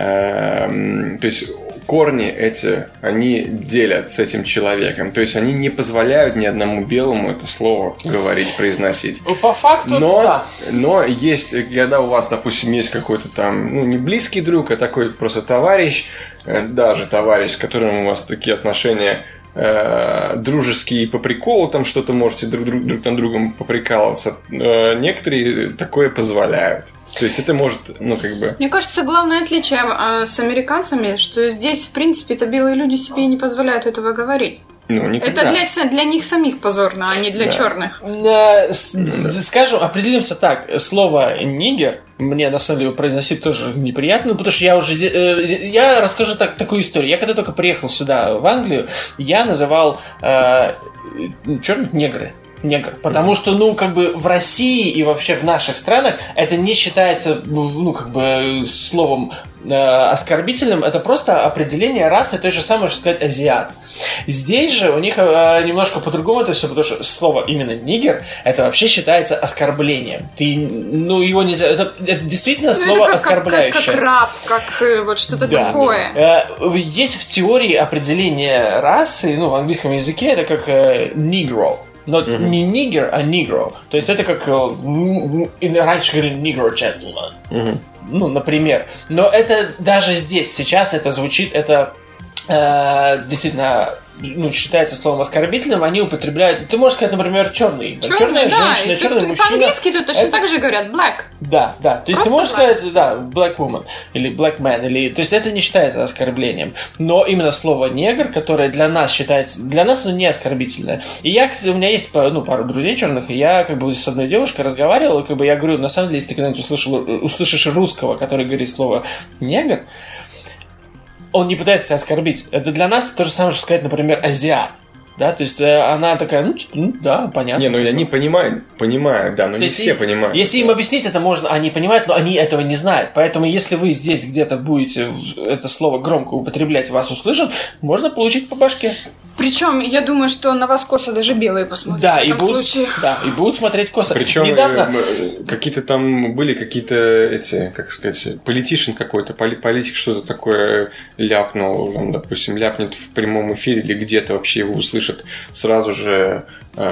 э, м, то есть корни эти, они делят с этим человеком, то есть они не позволяют ни одному белому это слово говорить, произносить. Ну, по факту, Но, да. но есть, когда у вас, допустим, есть какой-то там, ну, не близкий друг, а такой просто товарищ, э, даже товарищ, с которым у вас такие отношения э, дружеские по приколу, там что-то можете друг, друг, друг на другом поприкалываться, э, некоторые такое позволяют. То есть это может, ну, как бы... Мне кажется, главное отличие э, с американцами, что здесь, в принципе-то, белые люди себе не позволяют этого говорить. Ну, никогда. Это для, для них самих позорно, а не для Да. черных. Э, с- Скажем, определимся так. Слово «нигер» мне, на самом деле, произносить тоже неприятно, потому что я уже... зе- э, Я расскажу так, такую историю. Я когда только приехал сюда, в Англию, я называл э, черных негры. Негр. Потому что, ну, как бы в России и вообще в наших странах это не считается, ну, как бы словом э, оскорбительным. Это просто определение расы, то же самое, что сказать азиат. Здесь же у них э, немножко по-другому это все, потому что слово именно нигер, это вообще считается оскорблением. Ты, ну, его нельзя... Это, это действительно Ну, слово это как, как, как, оскорбляющее. как раб, как э, вот что-то Да. такое. Э, Есть в теории определение расы, ну, в английском языке это как э, negro. Но не нигер, а негро. То есть это как... э, м, м, раньше говорили negro gentleman. Мгм. Ну, например. Но это даже здесь, сейчас это звучит, это э, действительно ну, считается словом оскорбительным, они употребляют... Ты можешь сказать, например, черный. Черный, Черная да, женщина, и черный тут мужчина. по-английски тут точно Это- так же говорят black. Да, да. То есть Просто ты можешь black. сказать, да, black woman или black man, или... То есть это не считается оскорблением. Но именно слово негр, которое для нас считается... Для нас оно не оскорбительное. И я, кстати, у меня есть ну, пару друзей черных, и я как бы с одной девушкой разговаривал, и как бы я говорю, на самом деле, если ты когда-нибудь услышал, услышишь русского, который говорит слово негр, он не пытается тебя оскорбить. Это для нас то же самое, что сказать, например, азиат. Да, то есть э, она такая, ну, типа, ну, да, понятно. Не, ну они понимают, понимают, да, но То не есть все и- понимают. Если им объяснить это можно, они понимают, но они этого не знают. Поэтому если вы здесь где-то будете это слово громко употреблять, вас услышат, можно получить по башке. Причем, я думаю, что на вас косо даже белые посмотрят Да, в и этом будут, случае. да, и будут смотреть косо. Причем недавно... э, какие-то там были какие-то эти, как сказать, политишин какой-то, поли- политик что-то такое ляпнул, он, допустим, ляпнет в прямом эфире или где-то вообще его услышат сразу же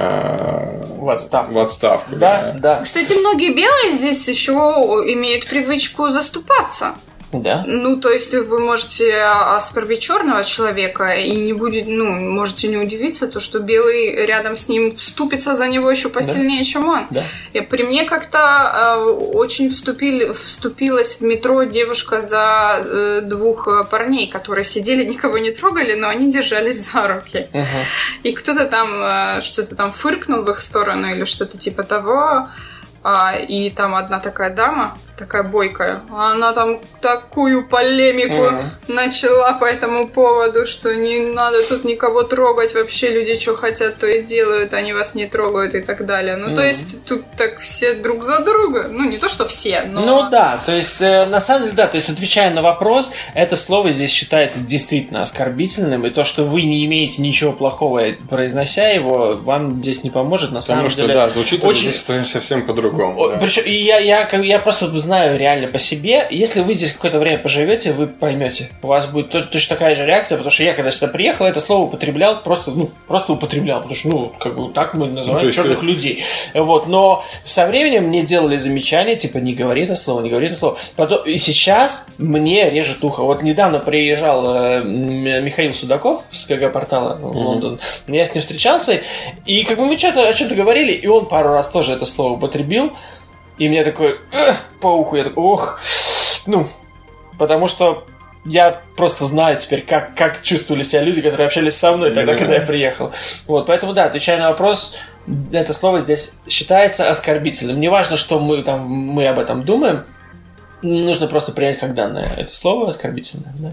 э, В отставку. в отставку. Да, да, Кстати, многие белые здесь еще имеют привычку заступаться. да. Ну, то есть вы можете оскорбить черного человека и не будет, ну, можете не удивиться, то, что белый рядом с ним вступится за него еще посильнее, чем он. Да. И при мне как-то э, очень вступили, вступилась в метро девушка за э, двух э, парней, которые сидели, никого не трогали, но они держались за руки. Мгм. И кто-то там э, что-то там фыркнул в их сторону или что-то типа того. А, и там одна такая дама, такая бойкая, она там такую полемику Мгм. начала по этому поводу, что не надо тут никого трогать, вообще люди что хотят, то и делают, они вас не трогают и так далее. Ну, то Мгм. есть тут так все друг за друга, ну, не то, что все, но... Ну да, то есть э, на самом деле, да, то есть отвечая на вопрос, это слово здесь считается действительно оскорбительным, и то, что вы не имеете ничего плохого, произнося его, вам здесь не поможет, на самом Потому что, деле. да, звучит очень- это здесь совсем по-другому. О, да. Причем и я, я, как- я просто знаю реально по себе, если вы здесь какое-то время поживете, вы поймете. У вас будет то- точно такая же реакция, потому что я, когда сюда приехал, это слово употреблял, просто, ну, просто употреблял, потому что, ну, как бы так мы называем Ну, то есть черных ты- людей. Вот, но со временем мне делали замечания, типа, не говори это слово, не говори это слово. Потом, и сейчас мне режет ухо. Вот недавно приезжал э, М- Михаил Судаков с КГ-портала в Лондон. Я с ним встречался, и как бы мы что-то о чем-то говорили, и он пару раз тоже это слово употребил. И мне такой «Эх!» по уху, я такой, ох, ну, потому что я просто знаю теперь, как, как чувствовали себя люди, которые общались со мной тогда, Да. когда я приехал. Вот, поэтому, да, отвечая на вопрос, это слово здесь считается оскорбительным. Не важно, что мы, там, мы об этом думаем, нужно просто принять как данное. Это слово оскорбительное, да.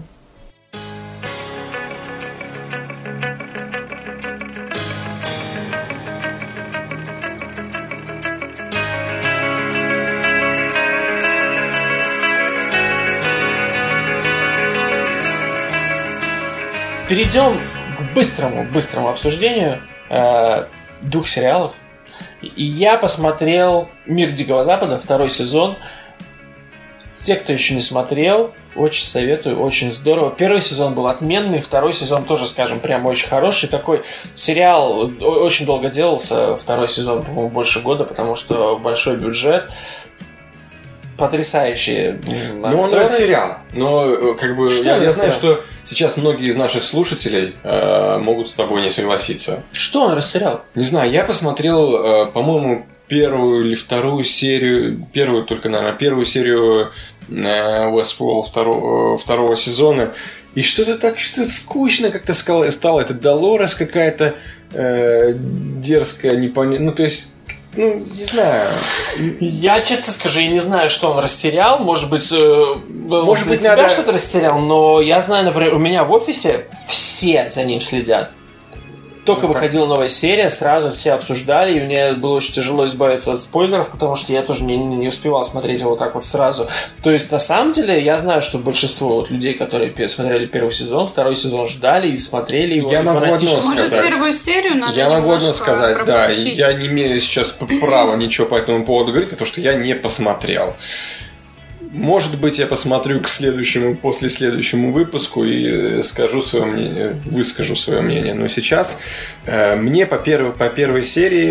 Перейдем к быстрому, быстрому обсуждению э, двух сериалов. И я посмотрел «Мир Дикого Запада», второй сезон. Те, кто еще не смотрел, очень советую, очень здорово. Первый сезон был отменный, второй сезон тоже, скажем, прям очень хороший. Такой сериал о- очень долго делался, второй сезон, по-моему, больше года, потому что большой бюджет. Потрясающие м, Ну, он актеры. сериал. Но э, как бы Что я, он я знаю, растерял? что сейчас многие из наших слушателей э, могут с тобой не согласиться. Что он растерял? Не знаю, я посмотрел, э, по-моему, первую или вторую серию, первую только, наверное, первую серию э, Westworld второго, второго сезона. И что-то так, что-то скучно как-то стало. стало. Это Долорес какая-то э, дерзкая, непонятная. Ну, то есть, ну, не знаю. Я честно скажу, я не знаю, что он растерял. Может быть, э, может быть, быть, тебя надо- что-то растерял, но я знаю, например, у меня в офисе все за ним следят. Только Ну, как? выходила новая серия, сразу все обсуждали, и мне было очень тяжело избавиться от спойлеров, потому что я тоже не, не успевал смотреть его так вот сразу. То есть, на самом деле, я знаю, что большинство вот людей, которые пе- смотрели первый сезон, второй сезон ждали и смотрели его. Я и могу фанатично. одно Может, сказать. первую серию надо Я могу одно немножко сказать, да. пропустить? Я не имею сейчас п- права ничего по этому поводу говорить, потому что я не посмотрел. Может быть, я посмотрю к следующему, после следующему выпуску и э, скажу свое мнение, выскажу свое мнение. Но сейчас э, мне по первой, по первой серии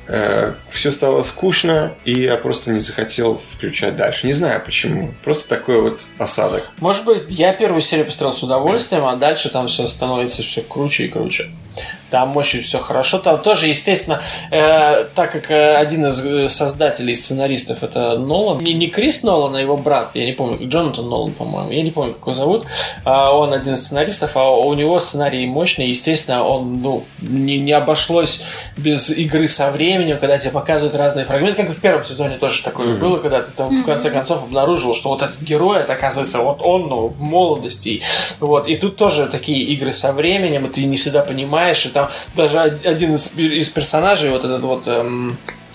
все стало скучно, и я просто не захотел включать дальше. Не знаю почему. Просто такой вот осадок. Может быть, я первую серию посмотрел с удовольствием, а дальше там все становится все круче и круче. Там очень все хорошо. Там тоже, естественно, э, так как э, один из создателей, сценаристов, это Нолан. Не, не Крис Нолан, а его брат. Я не помню, Джонатан Нолан, по-моему. Я не помню, как его зовут. А он один из сценаристов, а у него сценарий мощный. Естественно, он ну, не, не обошлось без игры со временем, когда тебе показывают разные фрагменты. Как и в первом сезоне тоже такое mm-hmm. было, когда ты там mm-hmm. в конце концов обнаружил, что вот этот герой, это, оказывается, вот он ну, в молодости. Вот. И тут тоже такие игры со временем, и ты не всегда понимаешь, и там даже один из, из персонажей, вот этот вот эм,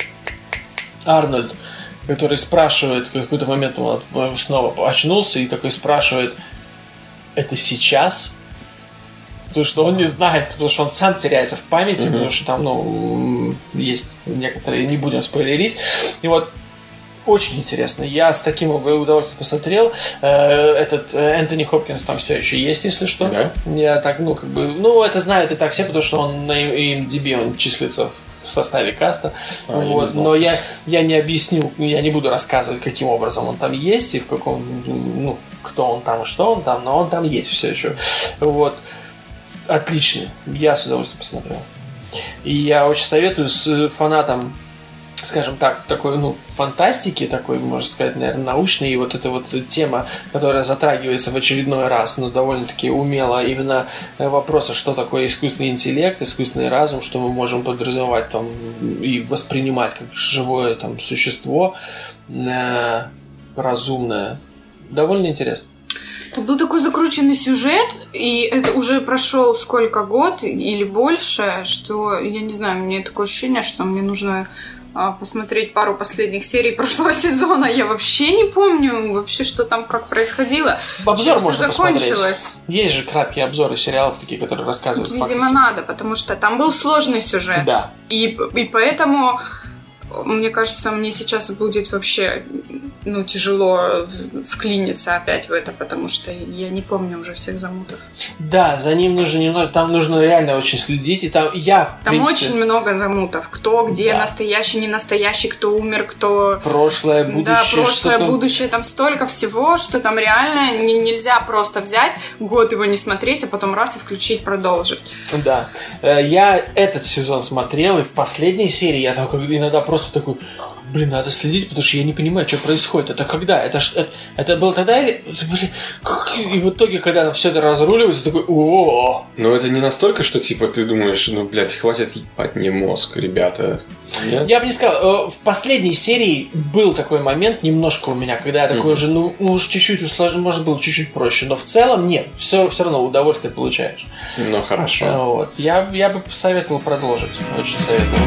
Арнольд, который спрашивает, в какой-то момент он снова очнулся и такой спрашивает, это сейчас? Потому что он не знает, потому что он сам теряется в памяти, mm-hmm. потому что там, ну, есть некоторые, не будем спойлерить. И вот очень интересно. Я с таким удовольствием посмотрел. Этот Энтони Хопкинс там все еще есть, если что. Да? Я так, ну, как бы... Ну, это знают и так все, потому что он на ай эм ди би он числится в составе каста. А, вот. Я Но я, я не объясню, я не буду рассказывать, каким образом он там есть и в каком... Ну, кто он там и что он там, но он там есть все еще. Вот. Отлично. Я с удовольствием посмотрел. И я очень советую с фанатом, скажем так, такой, ну, фантастики, такой, можно сказать, наверное, научной, и вот эта вот тема, которая затрагивается в очередной раз, но довольно-таки умело, именно вопроса, что такое искусственный интеллект, искусственный разум, что мы можем подразумевать там и воспринимать как живое там существо э, разумное. Довольно интересно. Это был такой закрученный сюжет, и это уже прошел сколько, год или больше, что, я не знаю, у меня такое ощущение, что мне нужно посмотреть пару последних серий прошлого сезона. Я вообще не помню вообще, что там как происходило. Обзор можно закончилось. Посмотреть. Есть же краткие обзоры сериалов, такие, которые рассказывают. Вот, видимо, надо, потому что там был сложный сюжет. Да. И, и поэтому, мне кажется, мне сейчас будет вообще ну, тяжело вклиниться опять в это, потому что я не помню уже всех замутов. Да, за ним нужно немного, там нужно реально очень следить, и там я, в Там принципе... очень много замутов. Кто, где, да. настоящий, не настоящий, кто умер, кто... Прошлое, будущее. Да, прошлое, что-то... будущее. Там столько всего, что там реально не, нельзя просто взять, год его не смотреть, а потом раз и включить, продолжить. Да. Я этот сезон смотрел, и в последней серии я там иногда просто такой... Блин, надо следить, потому что я не понимаю, что происходит. Это когда? Это, это, это было тогда или... Блин, и в итоге, когда все это разруливается, такой... О-о-о. Но это не настолько, что типа ты думаешь, ну, блядь, хватит ебать мне мозг, ребята. Нет? Я бы не сказал, в последней серии был такой момент немножко у меня, когда я такой mm-hmm. уже, ну, ну уж чуть-чуть усложнил, может было чуть-чуть проще, но в целом нет, все, все равно удовольствие получаешь. Ну, хорошо. Вот. Я, я бы посоветовал продолжить, очень советовал.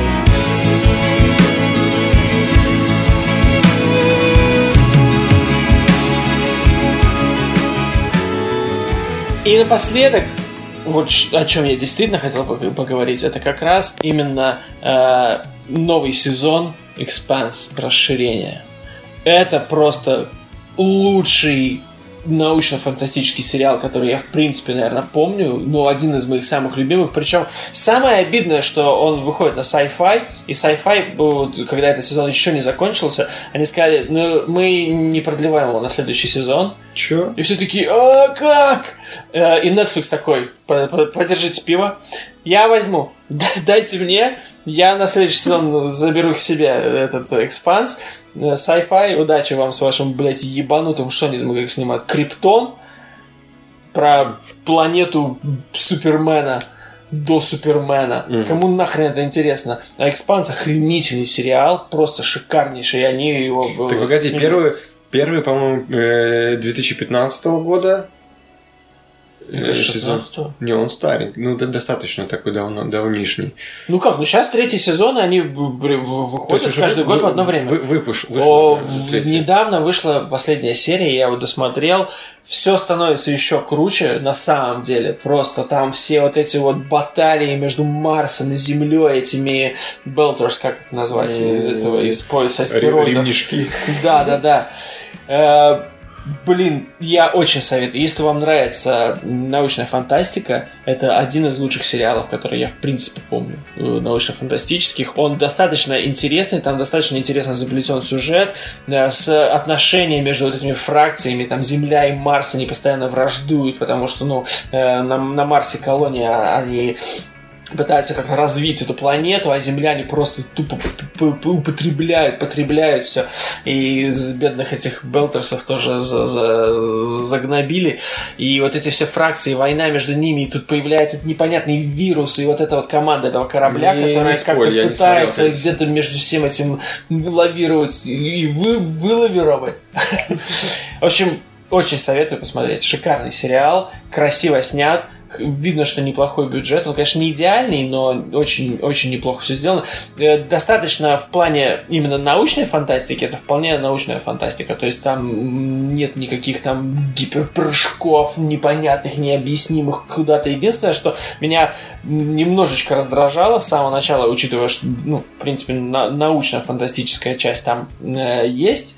И напоследок, вот о чем я действительно хотел поговорить, это как раз именно э, новый сезон Expanse, расширение. Это просто лучший научно-фантастический сериал, который я, в принципе, наверное, помню, но один из моих самых любимых. Причем самое обидное, что он выходит на Sci-Fi, и Sci-Fi, когда этот сезон еще не закончился, они сказали, ну, мы не продлеваем его на следующий сезон. Чё? И все такие, а как? И Netflix такой, подержите пиво, я возьму, дайте мне, я на следующий сезон заберу к себе этот Expanse. Sci-Fi, удачи вам с вашим, блядь, ебанутым, что они там снимают, Криптон, про планету Супермена до Супермена. Mm-hmm. Кому нахрен это интересно? А Expanse охренительный сериал, просто шикарнейший, и они его... Так, погоди, первый, первый, по-моему, две тысячи пятнадцатого года сезон. Не, он старый. Ну, достаточно такой давно, давнишний. Ну как, ну сейчас третий сезон, они выходят каждый вы, год в одно время. Вы, выпуш, вышло, О, недавно вышла последняя серия, я его досмотрел. Все становится еще круче, на самом деле. Просто там все вот эти вот баталии между Марсом и Землей, этими Белтерс, как их назвать, из этого, из пояса астероидов. Ремешки. Да, да, да. Блин, я очень советую. Если вам нравится научная фантастика, это один из лучших сериалов, которые я, в принципе, помню. Научно-фантастических. Он достаточно интересный, там достаточно интересно заплетен сюжет, с отношениями между вот этими фракциями, там Земля и Марс, они постоянно враждуют, потому что, ну, на, на Марсе колония, они пытаются как-то развить эту планету, а земляне просто тупо употребляют, потребляют все. И бедных этих белтерсов тоже за, за, загнобили. И вот эти все фракции, война между ними, и тут появляется непонятный вирус, и вот эта вот команда этого корабля, не, которая не как-то спорь, пытается где-то между всем этим лавировать и вы, вылавировать. В общем, очень советую посмотреть. Шикарный сериал, красиво снят. Видно, что неплохой бюджет. Он, конечно, не идеальный, но очень-очень неплохо все сделано. Достаточно в плане именно научной фантастики. Это вполне научная фантастика. То есть там нет никаких там гиперпрыжков непонятных, необъяснимых куда-то. Единственное, что меня немножечко раздражало с самого начала, учитывая, что, ну, в принципе, на- научно-фантастическая часть там э, есть.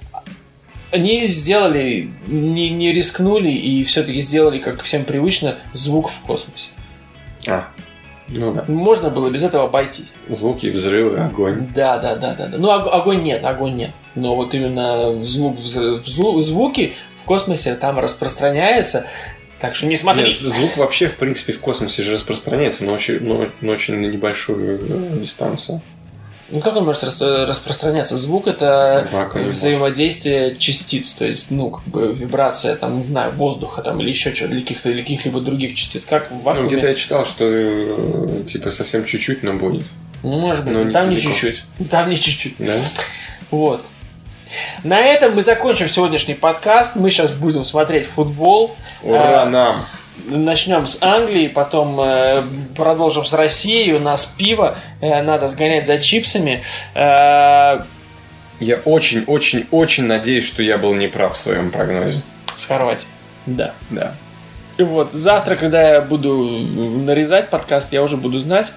Они сделали, не, не рискнули и все-таки сделали, как всем привычно, звук в космосе. А, ну да. Можно было без этого обойтись. Звуки, взрывы, огонь. Да, да, да, да. да. Ну, огонь нет, огонь нет. Но вот именно звук, взрыв, звуки в космосе там распространяется. Так что не смотри. Нет, звук вообще, в принципе, в космосе же распространяется, но очень, но, но очень на небольшую дистанцию. Ну, как он может распространяться? Звук — это взаимодействие может. частиц, то есть, ну, как бы вибрация, там, не знаю, воздуха там, или еще чего-то, или каких-то, или каких-либо других частиц. Как в вакууме. Ну, где-то я читал, что, типа, совсем чуть-чуть, но будет. Ну, может быть, но там не, не чуть-чуть. Там не чуть-чуть. Да? Вот. На этом мы закончим сегодняшний подкаст. Мы сейчас будем смотреть футбол. Ура нам! Начнем с Англии, потом э, продолжим с Россией. У нас пиво, э, надо сгонять за чипсами. Э, я очень-очень-очень надеюсь, что я был неправ в своем прогнозе. С Хорватией. Да, да. И вот завтра, когда я буду нарезать подкаст, я уже буду знать.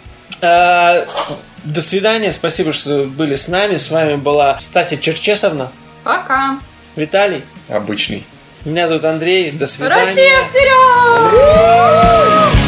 Э, до свидания, спасибо, что были с нами. С вами была Стася Черчесовна. Пока. Виталий. Обычный. Меня зовут Андрей. До свидания. Россия вперед!